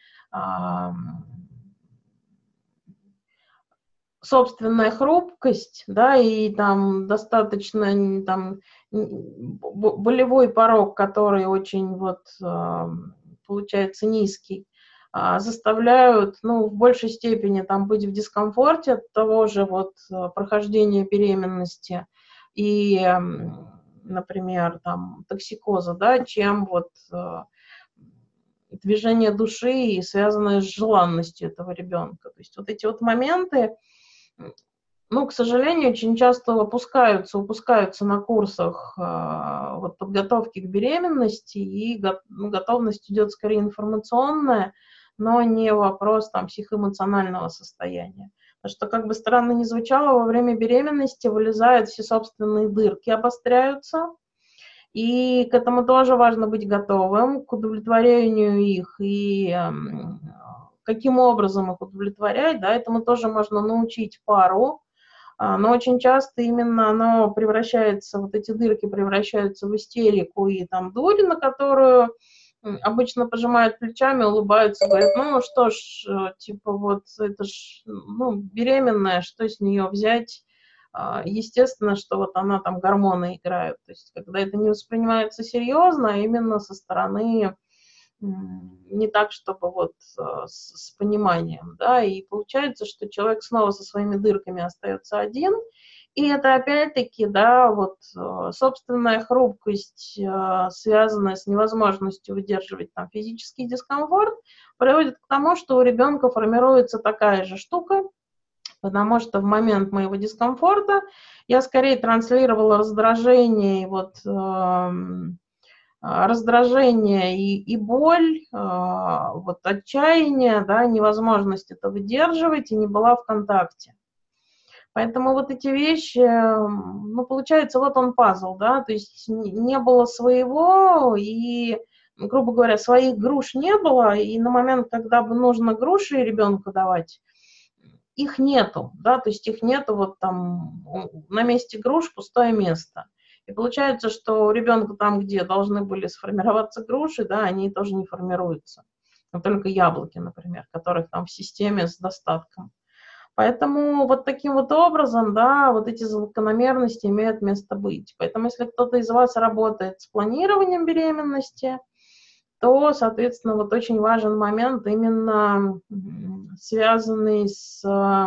собственная хрупкость, да, и там достаточно там болевой порог, который очень вот получается низкий, заставляют, ну, в большей степени там быть в дискомфорте от того же вот прохождения беременности и, например, там токсикоза, да, чем вот движение души и связанное с желанностью этого ребенка. То есть вот эти вот моменты, ну, к сожалению, очень часто упускаются на курсах вот, подготовки к беременности, и готовность идет скорее информационная, но не вопрос там психоэмоционального состояния. Потому что, как бы странно ни звучало, во время беременности вылезают все собственные дырки, обостряются, и к этому тоже важно быть готовым, к удовлетворению их, и каким образом их удовлетворять, да, этому тоже можно научить пару, но очень часто именно оно превращается, вот эти дырки превращаются в истерику и там дурь, на которую обычно пожимают плечами, улыбаются, говорят, ну что ж, типа вот это ж, ну, беременная, что с нее взять? Естественно, что вот она там гормоны играют, то есть когда это не воспринимается серьезно, а именно со стороны не так, чтобы вот с пониманием, да, и получается, что человек снова со своими дырками остается один, и это опять-таки, да, вот собственная хрупкость, связанная с невозможностью выдерживать там физический дискомфорт, приводит к тому, что у ребенка формируется такая же штука, потому что в момент моего дискомфорта я скорее транслировала раздражение и вот раздражение и боль, вот отчаяние, да, невозможность это выдерживать, и не была в контакте. Поэтому вот эти вещи, ну, получается, вот он пазл, да, то есть не было своего, и, грубо говоря, своих груш не было, и на момент, когда бы нужно груши ребенку давать, их нету, да, то есть их нету вот там на месте груш пустое место. И получается, что у ребенка там, где должны были сформироваться груши, да, они тоже не формируются. Но только яблоки, например, которых там в системе с достатком. Поэтому вот таким вот образом, да, вот эти закономерности имеют место быть. Поэтому если кто-то из вас работает с планированием беременности, то, соответственно, вот очень важен момент, именно связанный с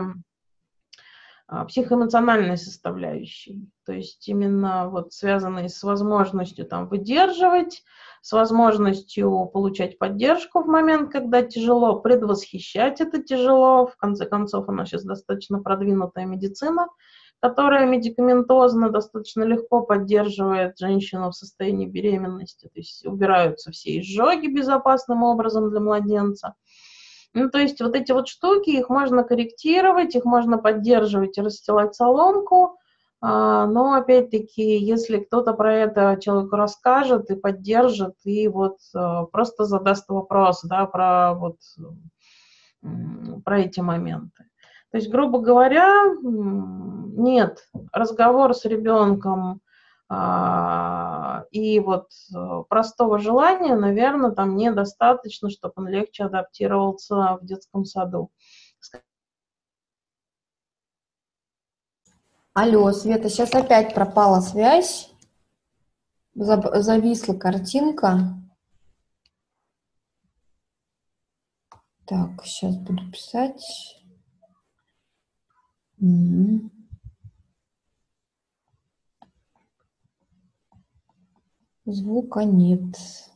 психоэмоциональной составляющей, то есть именно вот связанный с возможностью там выдерживать, с возможностью получать поддержку в момент, когда тяжело, предвосхищать это тяжело. В конце концов, у нас сейчас достаточно продвинутая медицина, которая медикаментозно достаточно легко поддерживает женщину в состоянии беременности, то есть убираются все изжоги безопасным образом для младенца. Ну, то есть вот эти вот штуки, их можно корректировать, их можно поддерживать и расстилать соломку, но, опять-таки, если кто-то про это человеку расскажет и поддержит, и вот просто задаст вопрос, да, про эти моменты. То есть, грубо говоря, нет, разговор с ребенком и вот простого желания, наверное, там недостаточно, чтобы он легче адаптировался в детском саду. Алло, Света, сейчас опять пропала связь, зависла картинка. Так, сейчас буду писать. Звука нет.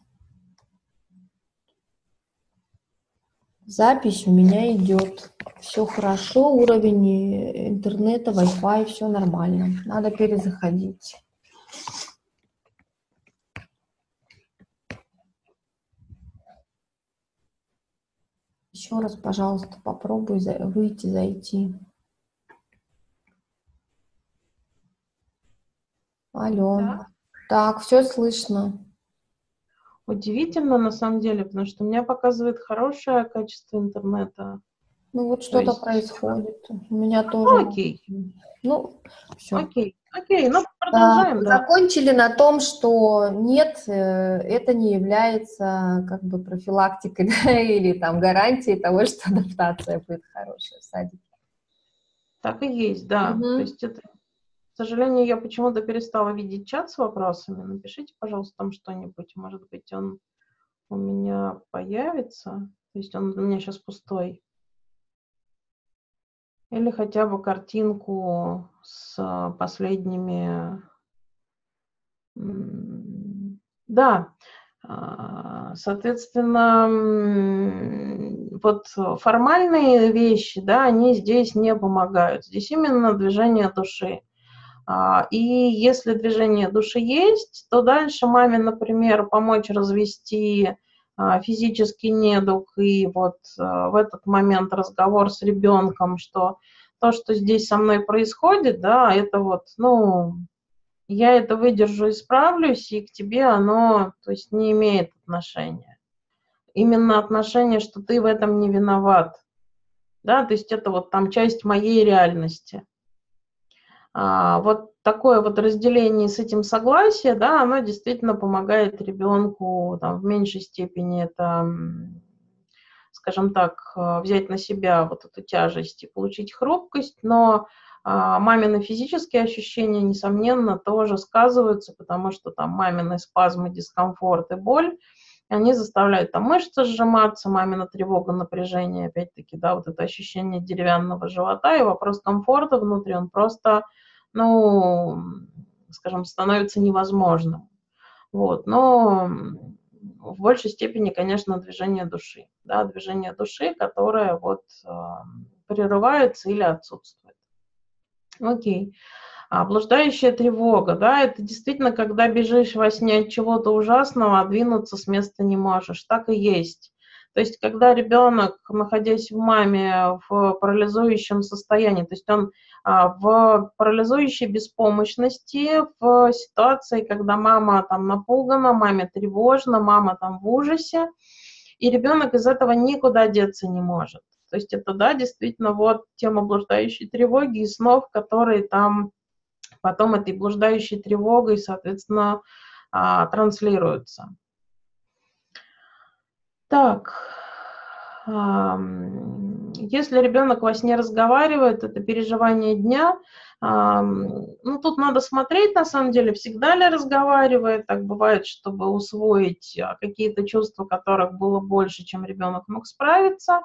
Запись у меня идет. Все хорошо, уровень интернета, Wi-Fi, все нормально. Надо перезаходить. Еще раз, пожалуйста, попробуй выйти, зайти. Алло. Да. Так, все слышно. Удивительно, на самом деле, потому что у меня показывает хорошее качество интернета. Ну вот что-то происходит. У меня тоже. Ну, окей. Ну, все. Окей, ну продолжаем. Да. Закончили на том, что нет, это не является как бы профилактикой, да, или там гарантией того, что адаптация будет хорошая в садике. Так и есть, да. То есть это, к сожалению, я почему-то перестала видеть чат с вопросами. Напишите, пожалуйста, там что-нибудь. Может быть, он у меня появится. То есть он у меня сейчас пустой. Или хотя бы картинку с последними... Да, соответственно, вот формальные вещи, да, они здесь не помогают. Здесь именно движение души. И если движение души есть, то дальше маме, например, помочь развести физический недуг и вот в этот момент разговор с ребенком, что то, что здесь со мной происходит, да, это вот, ну, я это выдержу и справлюсь, и к тебе оно, то есть, не имеет отношения. Именно отношение, что ты в этом не виноват, да, то есть это вот там часть моей реальности. Вот такое вот разделение с этим согласие, да, оно действительно помогает ребенку там, в меньшей степени это, скажем так, взять на себя вот эту тяжесть и получить хрупкость, но мамины физические ощущения, несомненно, тоже сказываются, потому что там мамины спазмы, дискомфорт и боль, они заставляют там мышцы сжиматься, мамина тревога, напряжение, опять-таки, да, вот это ощущение деревянного живота, и вопрос комфорта внутри, он просто, ну, скажем, становится невозможным. Вот, но в большей степени, конечно, движение души, да, движение души, которое вот прерывается или отсутствует. Окей. Блуждающая тревога, да, это действительно, когда бежишь во сне от чего-то ужасного, а двинуться с места не можешь. Так и есть. То есть, когда ребенок, находясь в маме в парализующем состоянии, то есть он в парализующей беспомощности, в ситуации, когда мама там напугана, маме тревожно, мама там в ужасе, и ребенок из этого никуда деться не может. То есть это, да, действительно, вот тема блуждающей тревоги и снов, которые там потом этой блуждающей тревогой, соответственно, транслируются. Так, если ребенок во сне разговаривает, это переживание дня. Ну, тут надо смотреть, на самом деле, всегда ли разговаривает. Так бывает, чтобы усвоить какие-то чувства, которых было больше, чем ребенок мог справиться.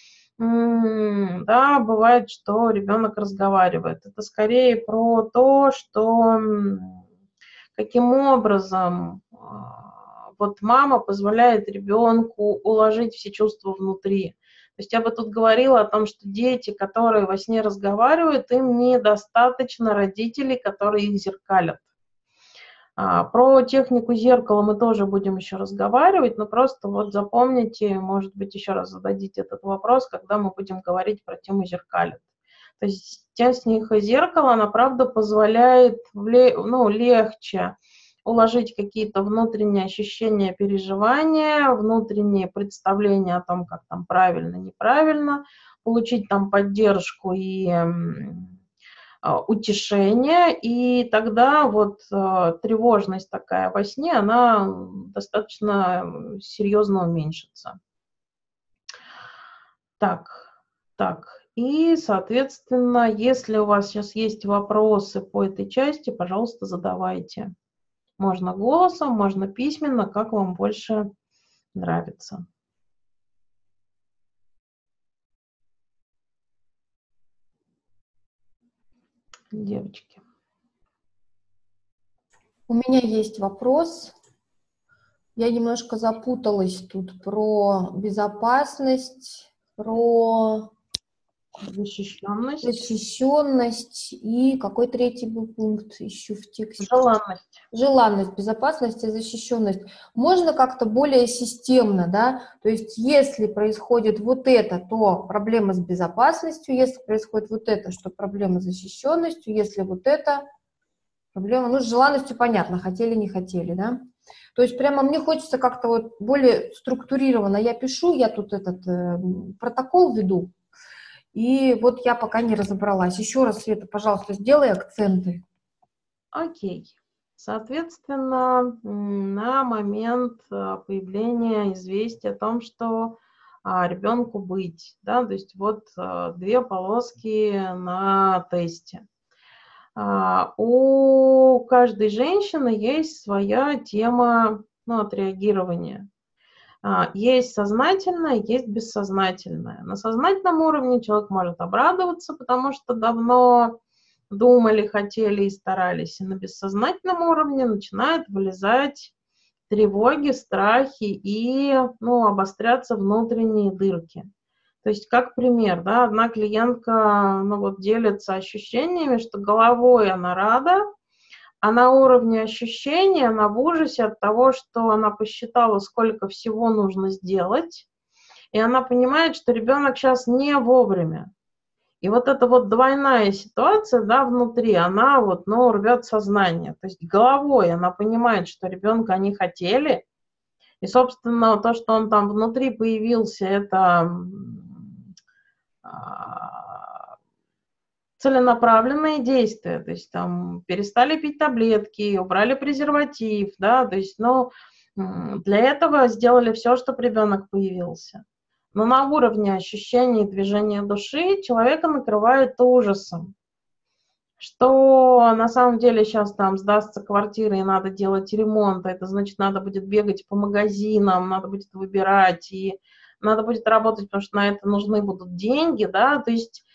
Да, бывает, что ребенок разговаривает. Это скорее про то, что каким образом вот мама позволяет ребенку уложить все чувства внутри. То есть я бы тут говорила о том, что дети, которые во сне разговаривают, им недостаточно родителей, которые их зеркалят. Про технику зеркала мы тоже будем еще разговаривать, но просто вот запомните, может быть, еще раз зададите этот вопрос, когда мы будем говорить про тему зеркалит. То есть техника зеркала, она, правда, позволяет легче уложить какие-то внутренние ощущения, переживания, внутренние представления о том, как там правильно, неправильно, получить там поддержку и утешение, и тогда вот тревожность такая во сне, она достаточно серьезно уменьшится. Так. И, соответственно, если у вас сейчас есть вопросы по этой части, пожалуйста, задавайте. Можно голосом, можно письменно, как вам больше нравится. Девочки. У меня есть вопрос. Я немножко запуталась тут про безопасность, про защищенность и какой третий был пункт, ищу в тексте. Желанность, безопасность и защищенность. Можно как-то более системно, да? То есть если происходит вот это, то проблема с безопасностью, если происходит вот это, что проблема с защищенностью, если вот это, проблема, ну, с желанностью понятно, хотели, не хотели, да? То есть прямо мне хочется как-то вот более структурированно. Я пишу, я тут этот протокол веду, и вот я пока не разобралась. Еще раз, Света, пожалуйста, сделай акценты. Окей. Соответственно, на момент появления известия о том, что ребенку быть, да, то есть вот 2 полоски на тесте. У каждой женщины есть своя тема, отреагирования. Есть сознательное, есть бессознательное. На сознательном уровне человек может обрадоваться, потому что давно думали, хотели и старались. И на бессознательном уровне начинают вылезать тревоги, страхи и обостряться внутренние дырки. То есть, как пример, да, одна клиентка делится ощущениями, что головой она рада, а на уровне ощущений она в ужасе от того, что она посчитала, сколько всего нужно сделать, и она понимает, что ребенок сейчас не вовремя. И вот эта вот двойная ситуация, да, внутри, она рвет сознание. То есть головой она понимает, что ребенка они хотели, и, собственно, то, что он там внутри появился, это целенаправленные действия, то есть там перестали пить таблетки, убрали презерватив, да, то есть, для этого сделали все, чтобы ребенок появился. Но на уровне ощущений и движения души человека накрывает ужасом, что на самом деле сейчас там сдастся квартира и надо делать ремонт, это значит, надо будет бегать по магазинам, надо будет выбирать, и надо будет работать, потому что на это нужны будут деньги, да, то есть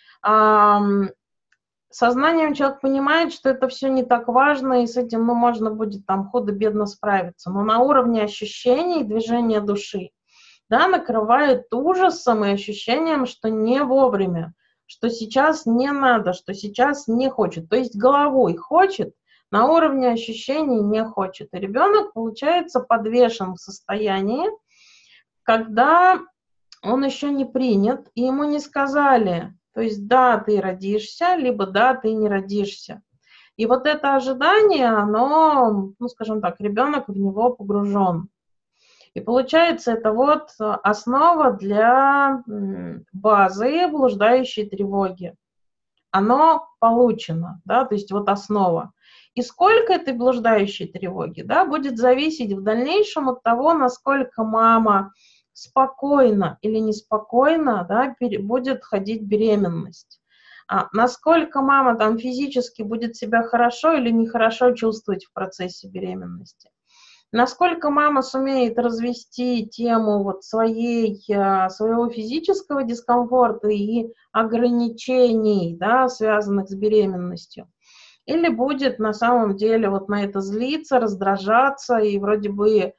сознанием человек понимает, что это все не так важно, и с этим, можно будет там худо-бедно справиться. Но на уровне ощущений, движения души, да, накрывает ужасом и ощущением, что не вовремя, что сейчас не надо, что сейчас не хочет. То есть головой хочет, на уровне ощущений не хочет. И ребенок, получается, подвешен в состоянии, когда он еще не принят, и ему не сказали, то есть да, ты родишься, либо да, ты не родишься. И вот это ожидание, оно, скажем так, ребенок в него погружен. И получается, это вот основа для базы блуждающей тревоги. Оно получено, да, то есть вот основа. И сколько этой блуждающей тревоги, да, будет зависеть в дальнейшем от того, насколько мама спокойно или неспокойно, да, будет ходить беременность. Насколько мама там физически будет себя хорошо или нехорошо чувствовать в процессе беременности. Насколько мама сумеет развести тему своего физического дискомфорта и ограничений, да, связанных с беременностью. Или будет на самом деле на это злиться, раздражаться и вроде бы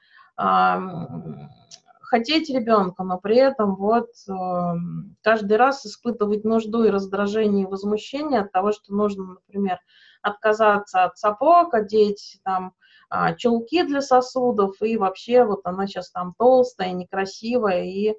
хотеть ребенка, но при этом каждый раз испытывать нужду и раздражение и возмущение от того, что нужно, например, отказаться от сапог, одеть там чулки для сосудов, и вообще вот она сейчас там толстая, некрасивая, и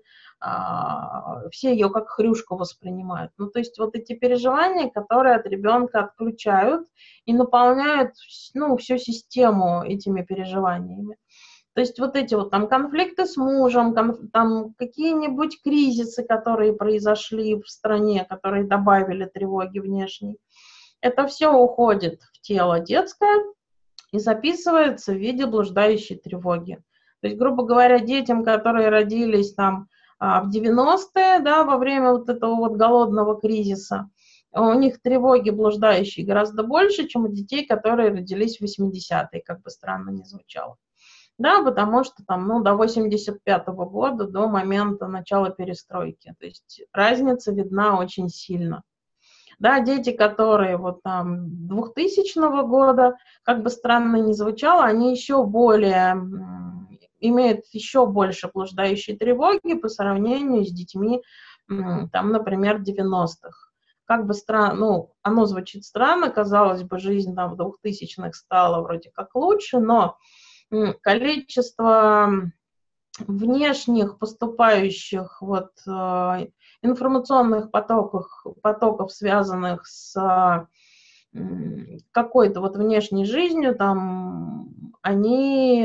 все ее как хрюшку воспринимают. Ну, то есть вот эти переживания, которые от ребенка отключают и наполняют, ну, всю систему этими переживаниями. То есть вот эти вот там конфликты с мужем, там какие-нибудь кризисы, которые произошли в стране, которые добавили тревоги внешней, это все уходит в тело детское и записывается в виде блуждающей тревоги. То есть, грубо говоря, детям, которые родились там в 90-е, да, во время вот этого вот голодного кризиса, у них тревоги блуждающие гораздо больше, чем у детей, которые родились в 80-е, как бы странно ни звучало. Да, потому что там, ну, до 85-го года, до момента начала перестройки. То есть разница видна очень сильно. Да, дети, которые вот там 2000 года, как бы странно ни звучало, они еще более, имеют еще больше блуждающей тревоги по сравнению с детьми, там, например, 90-х. Как бы странно, ну, оно звучит странно, казалось бы, жизнь там в 2000-х стала вроде как лучше, но количество внешних поступающих вот информационных потоков, связанных с какой-то вот внешней жизнью, там, они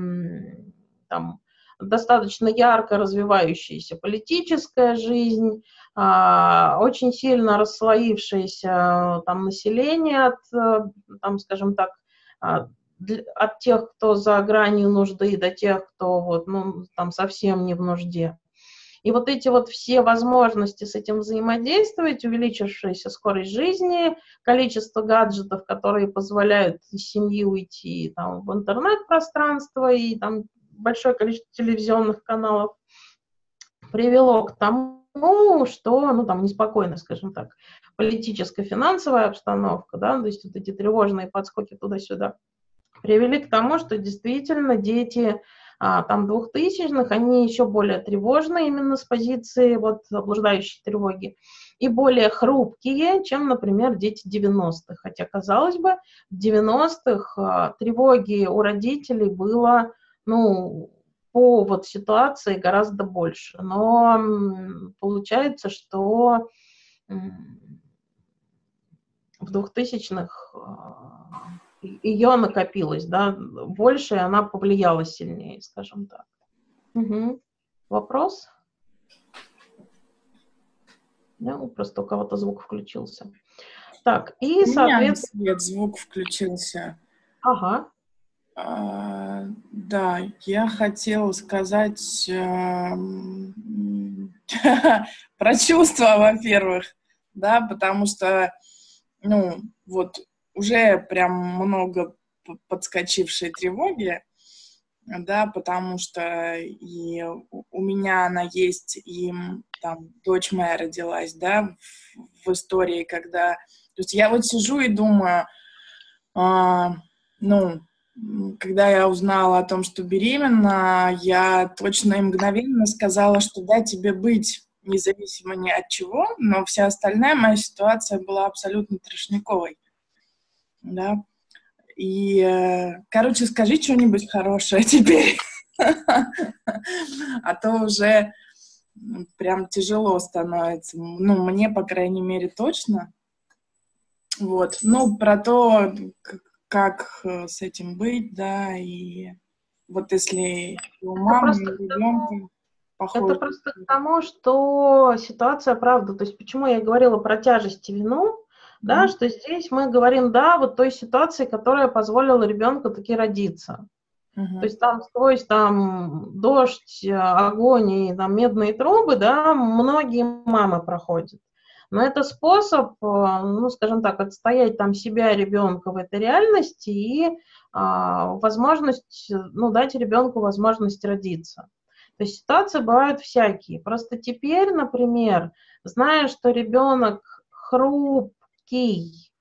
там достаточно ярко развивающаяся политическая жизнь, очень сильно расслоившееся там население от, там, скажем так, от тех, кто за гранью нужды, до тех, кто вот, ну, там совсем не в нужде. И вот эти вот все возможности с этим взаимодействовать, увеличившаяся скорость жизни, количество гаджетов, которые позволяют из семьи уйти там, в интернет-пространство, и там большое количество телевизионных каналов, привело к тому, что, ну, там, неспокойно, скажем так, политическая, финансовая обстановка, да, то есть вот эти тревожные подскоки туда-сюда, привели к тому, что действительно дети там 2000-х, они еще более тревожны именно с позиции вот блуждающей тревоги и более хрупкие, чем, например, дети 90-х. Хотя, казалось бы, в 90-х тревоги у родителей было, ну, по вот ситуации гораздо больше. Но получается, что в 2000-х ее накопилось, да, больше, и она повлияла сильнее, скажем так. Угу. Вопрос? Ну, просто у кого-то звук включился. Так, и, соответственно... У меня звук включился. Ага. Да, я хотела сказать про чувства, во-первых, да, потому что, ну, вот уже прям много подскочившей тревоги, да, потому что и у меня она есть, и там дочь моя родилась, да, в истории, когда... То есть я вот сижу и думаю, ну, когда я узнала о том, что беременна, я точно и мгновенно сказала, что да, тебе быть, независимо ни от чего, но вся остальная моя ситуация была абсолютно трешниковой, да. И, короче, скажи что-нибудь хорошее теперь, а то уже прям тяжело становится. Ну, мне, по крайней мере, точно. Вот. Ну, про то, как с этим быть, да, и вот если у мамы, у ребенка похоже... Это просто к тому, что ситуация, правда, то есть почему я говорила про тяжесть и вину, да, что здесь мы говорим, да, вот той ситуации, которая позволила ребенку таки родиться. То есть там сквозь там дождь, огонь и там медные трубы, да, многие мамы проходят. Но это способ, ну, скажем так, отстоять там себя, ребенка в этой реальности и возможность, ну, дать ребенку возможность родиться. То есть ситуации бывают всякие. Просто теперь, например, зная, что ребенок хрупкий,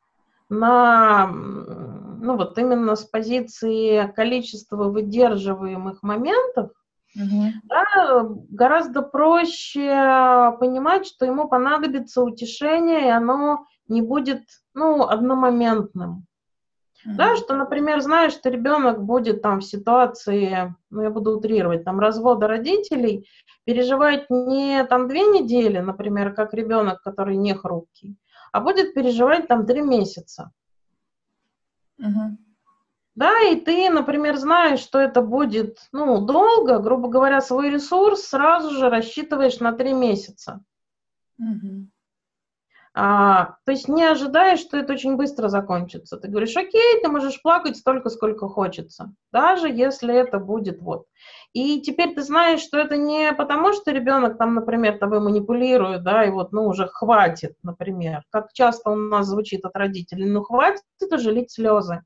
ну вот именно с позиции количества выдерживаемых моментов, Да, гораздо проще понимать, что ему понадобится утешение, и оно не будет, одномоментным. Да, что, например, знаешь, что ребенок будет там в ситуации, я буду утрировать, там развода родителей, переживать не там 2 недели, например, как ребенок, который не хрупкий, а будет переживать там 3 месяца. Да, и ты, например, знаешь, что это будет, долго, грубо говоря, свой ресурс сразу же рассчитываешь на 3 месяца. То есть не ожидаешь, что это очень быстро закончится. Ты говоришь, окей, ты можешь плакать столько, сколько хочется, даже если это будет вот. И теперь ты знаешь, что это не потому, что ребенок там, например, тобой манипулирует, да, и вот, уже хватит, например, как часто у нас звучит от родителей, хватит уже лить слезы.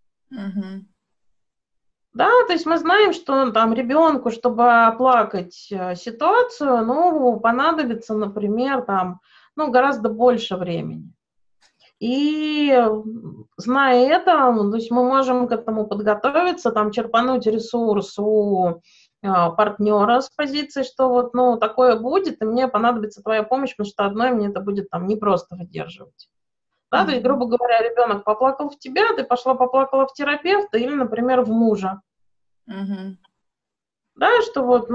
Да, то есть мы знаем, что там ребенку, чтобы оплакать ситуацию, понадобится, например, там, гораздо больше времени. И зная это, то есть мы можем к этому подготовиться, там, черпануть ресурс у партнера с позиции, что вот, такое будет, и мне понадобится твоя помощь, потому что одной мне это будет там непросто выдерживать. Да, то есть, грубо говоря, ребенок поплакал в тебя, ты пошла поплакала в терапевта или, например, в мужа. Да, что вот,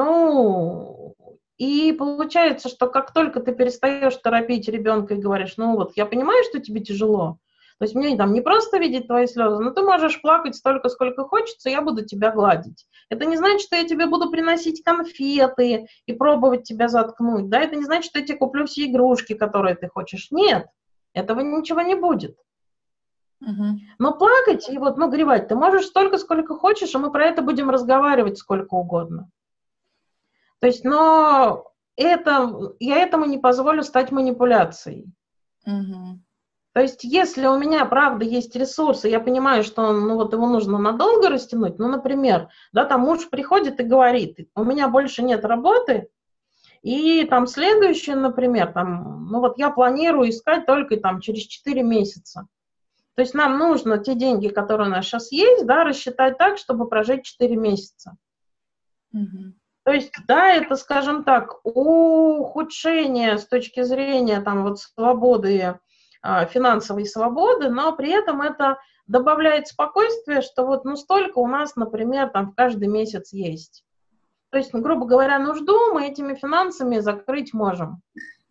и получается, что как только ты перестаешь торопить ребенка и говоришь, я понимаю, что тебе тяжело, то есть мне там не просто видеть твои слезы, но ты можешь плакать столько, сколько хочется, я буду тебя гладить. Это не значит, что я тебе буду приносить конфеты и пробовать тебя заткнуть, да, это не значит, что я тебе куплю все игрушки, которые ты хочешь. Нет, этого ничего не будет. Но плакать и горевать ты можешь столько, сколько хочешь, и мы про это будем разговаривать сколько угодно. То есть, но я этому не позволю стать манипуляцией. То есть, если у меня, правда, есть ресурсы, я понимаю, что его нужно надолго растянуть, например, да, там муж приходит и говорит, у меня больше нет работы, и там следующее, например, там, я планирую искать только там через 4 месяца. То есть нам нужно те деньги, которые у нас сейчас есть, да, рассчитать так, чтобы прожить 4 месяца. То есть, да, это, скажем так, ухудшение с точки зрения там свободы, финансовой свободы, но при этом это добавляет спокойствие, что столько у нас, например, там в каждый месяц есть. То есть, грубо говоря, нужду мы этими финансами закрыть можем.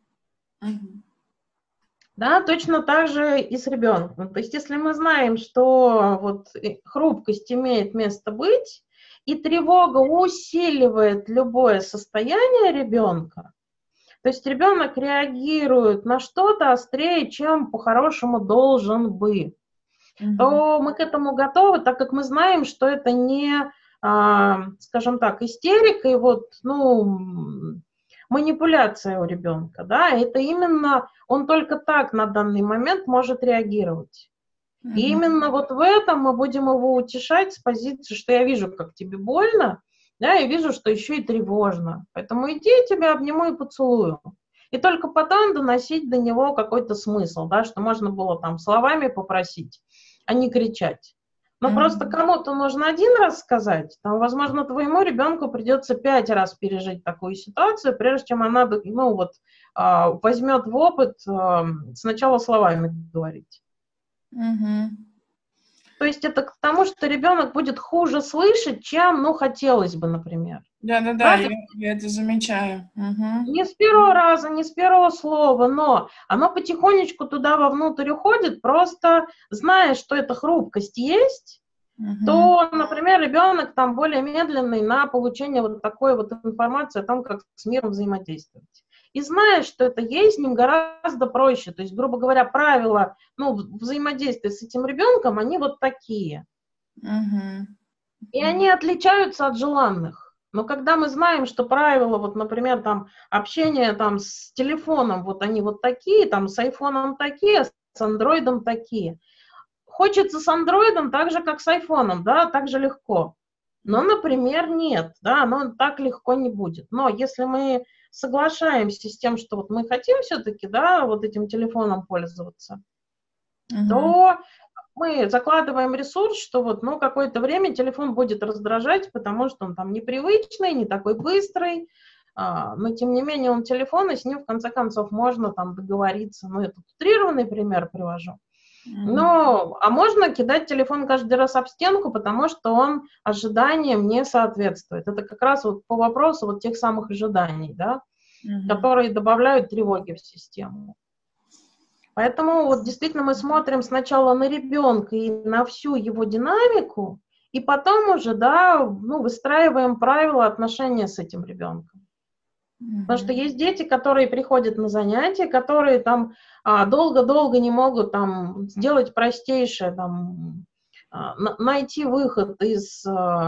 Да, точно так же и с ребенком. То есть, если мы знаем, что хрупкость имеет место быть, и тревога усиливает любое состояние ребенка, то есть ребенок реагирует на что-то острее, чем по-хорошему должен бы, то мы к этому готовы, так как мы знаем, что это не, скажем так, истерика и манипуляция у ребенка, да, это именно он только так на данный момент может реагировать. И именно в этом мы будем его утешать с позиции, что я вижу, как тебе больно, да, я вижу, что еще и тревожно. Поэтому иди, я тебя обниму и поцелую. И только потом доносить до него какой-то смысл, да, что можно было там словами попросить, а не кричать. Но просто кому-то нужно 1 раз сказать, там, возможно, твоему ребенку придется 5 раз пережить такую ситуацию, прежде чем она, возьмет в опыт сначала словами говорить. То есть это к тому, что ребенок будет хуже слышать, чем, хотелось бы, например. Да, я это замечаю. Не с первого раза, не с первого слова, но оно потихонечку туда вовнутрь уходит, просто зная, что эта хрупкость есть, то, например, ребенок там более медленный на получение такой информации о том, как с миром взаимодействовать. И зная, что это есть, с ним гораздо проще. То есть, грубо говоря, правила взаимодействия с этим ребенком, они такие. И они отличаются от желанных. Но когда мы знаем, что правила, например, там, общение там, с телефоном, они такие, там, с айфоном такие, с андроидом такие. Хочется с андроидом так же, как с айфоном, да, так же легко. Но, например, нет, да, оно так легко не будет. Но если мы соглашаемся с тем, что мы хотим все-таки, да, этим телефоном пользоваться, то мы закладываем ресурс, что вот, ну, какое-то время телефон будет раздражать, потому что он там непривычный, не такой быстрый, но тем не менее он телефон, и с ним в конце концов можно там договориться. Ну, это утрированный пример привожу. Но, а можно кидать телефон каждый раз об стенку, потому что он ожиданиям не соответствует. Это как раз вот по вопросу вот тех самых ожиданий, да, которые добавляют тревоги в систему. Поэтому вот действительно мы смотрим сначала на ребенка и на всю его динамику, и потом уже, да, ну, выстраиваем правила отношения с этим ребенком. Потому что есть дети, которые приходят на занятия, которые там долго-долго не могут там сделать простейшее, там, найти выход из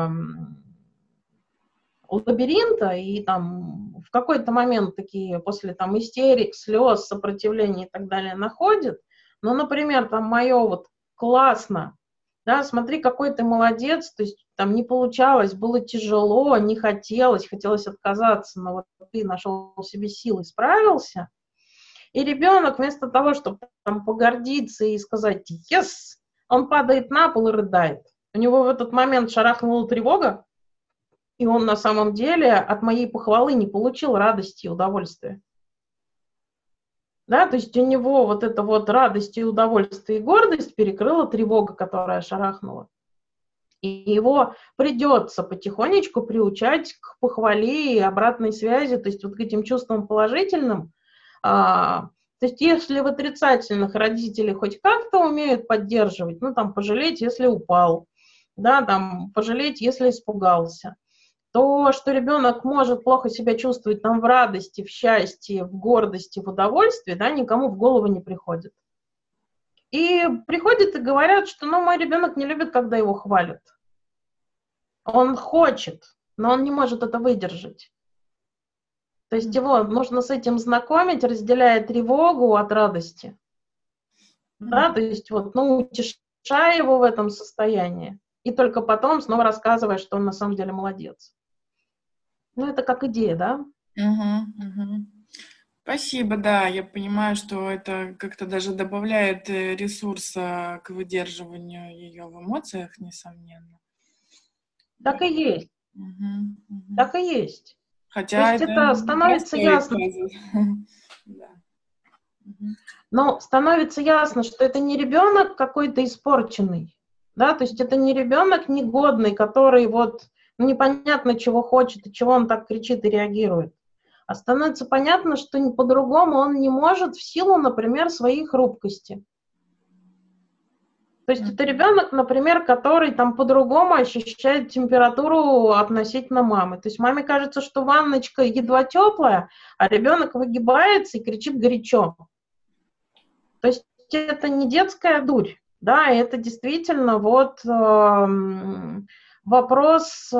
лабиринта, и там в какой-то момент такие после там истерик, слез, сопротивления и так далее находят. Ну, например, там мое вот классно, да, смотри, какой ты молодец, то есть там не получалось, было тяжело, не хотелось отказаться, но вот ты нашел в себе силы, справился. И ребенок вместо того, чтобы там погордиться и сказать «yes», он падает на пол и рыдает. У него в этот момент шарахнула тревога, и он на самом деле от моей похвалы не получил радости и удовольствия. Да, то есть у него вот эта вот радость и удовольствие и гордость перекрыла тревога, которая шарахнула. И его придется потихонечку приучать к похвале и обратной связи, то есть вот к этим чувствам положительным. То есть если в отрицательных родители хоть как-то умеют поддерживать, ну там пожалеть, если упал, да, там пожалеть, если испугался, то, что ребенок может плохо себя чувствовать там в радости, в счастье, в гордости, в удовольствии, да, никому в голову не приходит. И приходят и говорят, что, ну, мой ребенок не любит, когда его хвалят. Он хочет, но он не может это выдержать. То есть его нужно с этим знакомить, разделяя тревогу от радости. Да, то есть вот, ну, утешая его в этом состоянии. И только потом снова рассказывая, что он на самом деле молодец. Ну, это как идея, да? Спасибо, да, я понимаю, что это как-то даже добавляет ресурса к выдерживанию ее в эмоциях, несомненно. Так и есть. Так и есть. Хотя то есть это становится ясно. Но становится ясно, что это не ребенок какой-то испорченный, да, то есть это не ребенок негодный, который вот непонятно чего хочет и чего он так кричит и реагирует. А становится понятно, что по-другому он не может в силу, например, своей хрупкости. То есть это ребенок, например, который там по-другому ощущает температуру относительно мамы. То есть маме кажется, что ванночка едва теплая, а ребенок выгибается и кричит горячо. То есть это не детская дурь, да, это действительно вот вопрос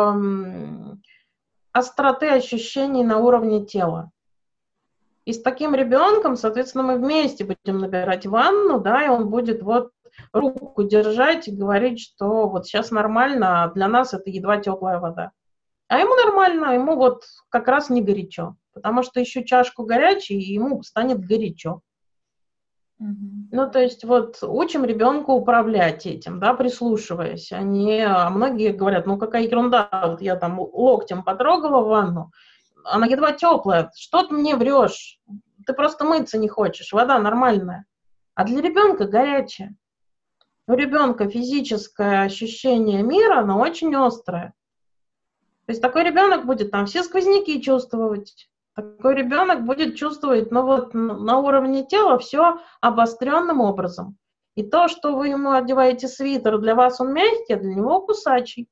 остроты ощущений на уровне тела. И с таким ребенком, соответственно, мы вместе будем набирать ванну, да, и он будет вот руку держать и говорить, что вот сейчас нормально, а для нас это едва теплая вода. А ему нормально, ему вот как раз не горячо, потому что еще чашку горячей, и ему станет горячо. Ну, то есть вот учим ребенка управлять этим, да, прислушиваясь. А многие говорят, ну, какая ерунда, вот я там локтем потрогала ванну, она едва теплая, что ты мне врешь? Ты просто мыться не хочешь, вода нормальная. А для ребенка горячая. У ребенка физическое ощущение мира, оно очень острое. То есть такой ребенок будет там все сквозняки чувствовать. Такой ребенок будет чувствовать, ну вот на уровне тела все обостренным образом. И то, что вы ему одеваете свитер, для вас он мягкий, а для него кусачий.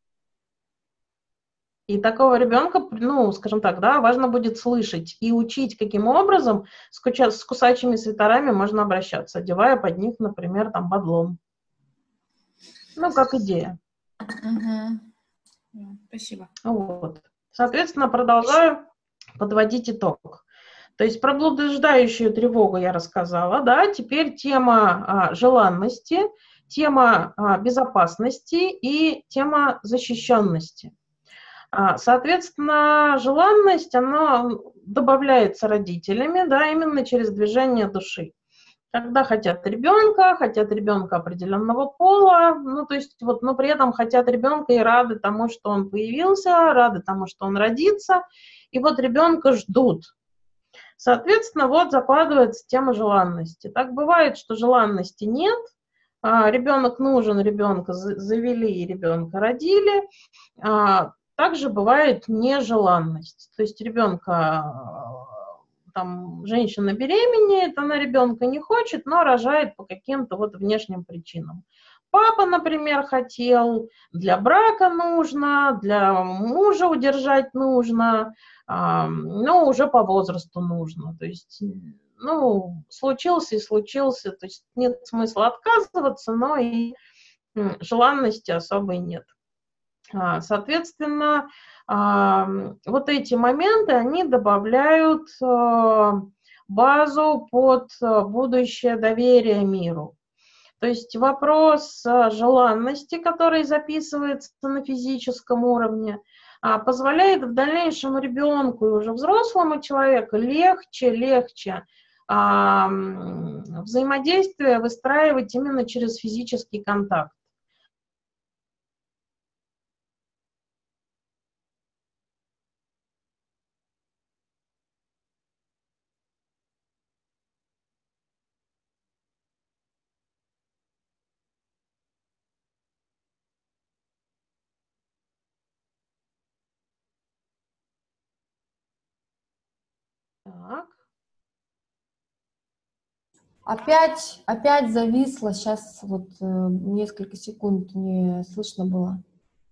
И такого ребенка, ну, скажем так, да, важно будет слышать и учить, каким образом с кусачими свитерами можно обращаться, одевая под них, например, там бадлон. Ну, как идея. Спасибо. Вот. Соответственно, продолжаю подводить итог. То есть про блуждающую тревогу я рассказала, да, теперь тема желанности, тема безопасности и тема защищенности. Соответственно, желанность, она добавляется родителями, да, именно через движение души. Когда хотят ребенка определенного пола, ну, то есть, вот, но при этом хотят ребенка и рады тому, что он появился, рады тому, что он родится, и вот ребенка ждут. Соответственно, вот закладывается тема желанности. Так бывает, что желанности нет, ребенок нужен, ребенка завели и ребенка родили. Также бывает нежеланность. То есть ребенка, там, женщина беременеет, она ребенка не хочет, но рожает по каким-то вот внешним причинам. Папа, например, хотел, для брака нужно, для мужа удержать нужно, но уже по возрасту нужно. То есть, ну, случился и случился. То есть нет смысла отказываться, но и желанности особой нет. Соответственно, вот эти моменты, они добавляют базу под будущее доверие миру. То есть вопрос желанности, который записывается на физическом уровне, позволяет в дальнейшем ребенку и уже взрослому человеку легче взаимодействие выстраивать именно через физический контакт. Так. Опять зависло. Сейчас вот несколько секунд не слышно было.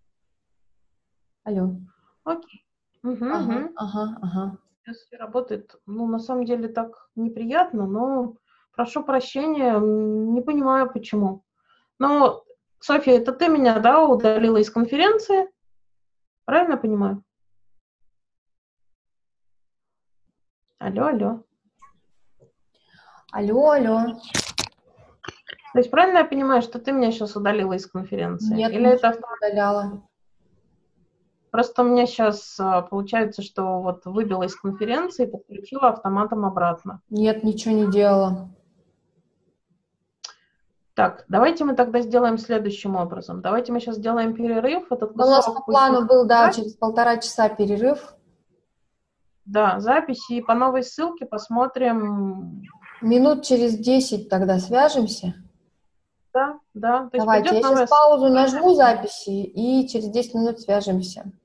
Алло. Окей. Ага. Сейчас все работает. Ну, на самом деле так неприятно, но прошу прощения, не понимаю, почему. Но, Софья, это ты меня, да, удалила из конференции? Правильно понимаю? Алло. Алло. То есть правильно я понимаю, что ты меня сейчас удалила из конференции? Нет, или это не удаляла. Просто у меня сейчас получается, что вот выбила из конференции и подключила автоматом обратно. Нет, ничего не делала. Так, давайте мы тогда сделаем следующим образом. Давайте мы сейчас сделаем перерыв. Этот У нас по плану был, да, через 1,5 часа перерыв. Да, запись, и по новой ссылке посмотрим. Минут через 10 тогда свяжемся. Да. То есть Давайте, я сейчас паузу нажму записи и через 10 минут свяжемся.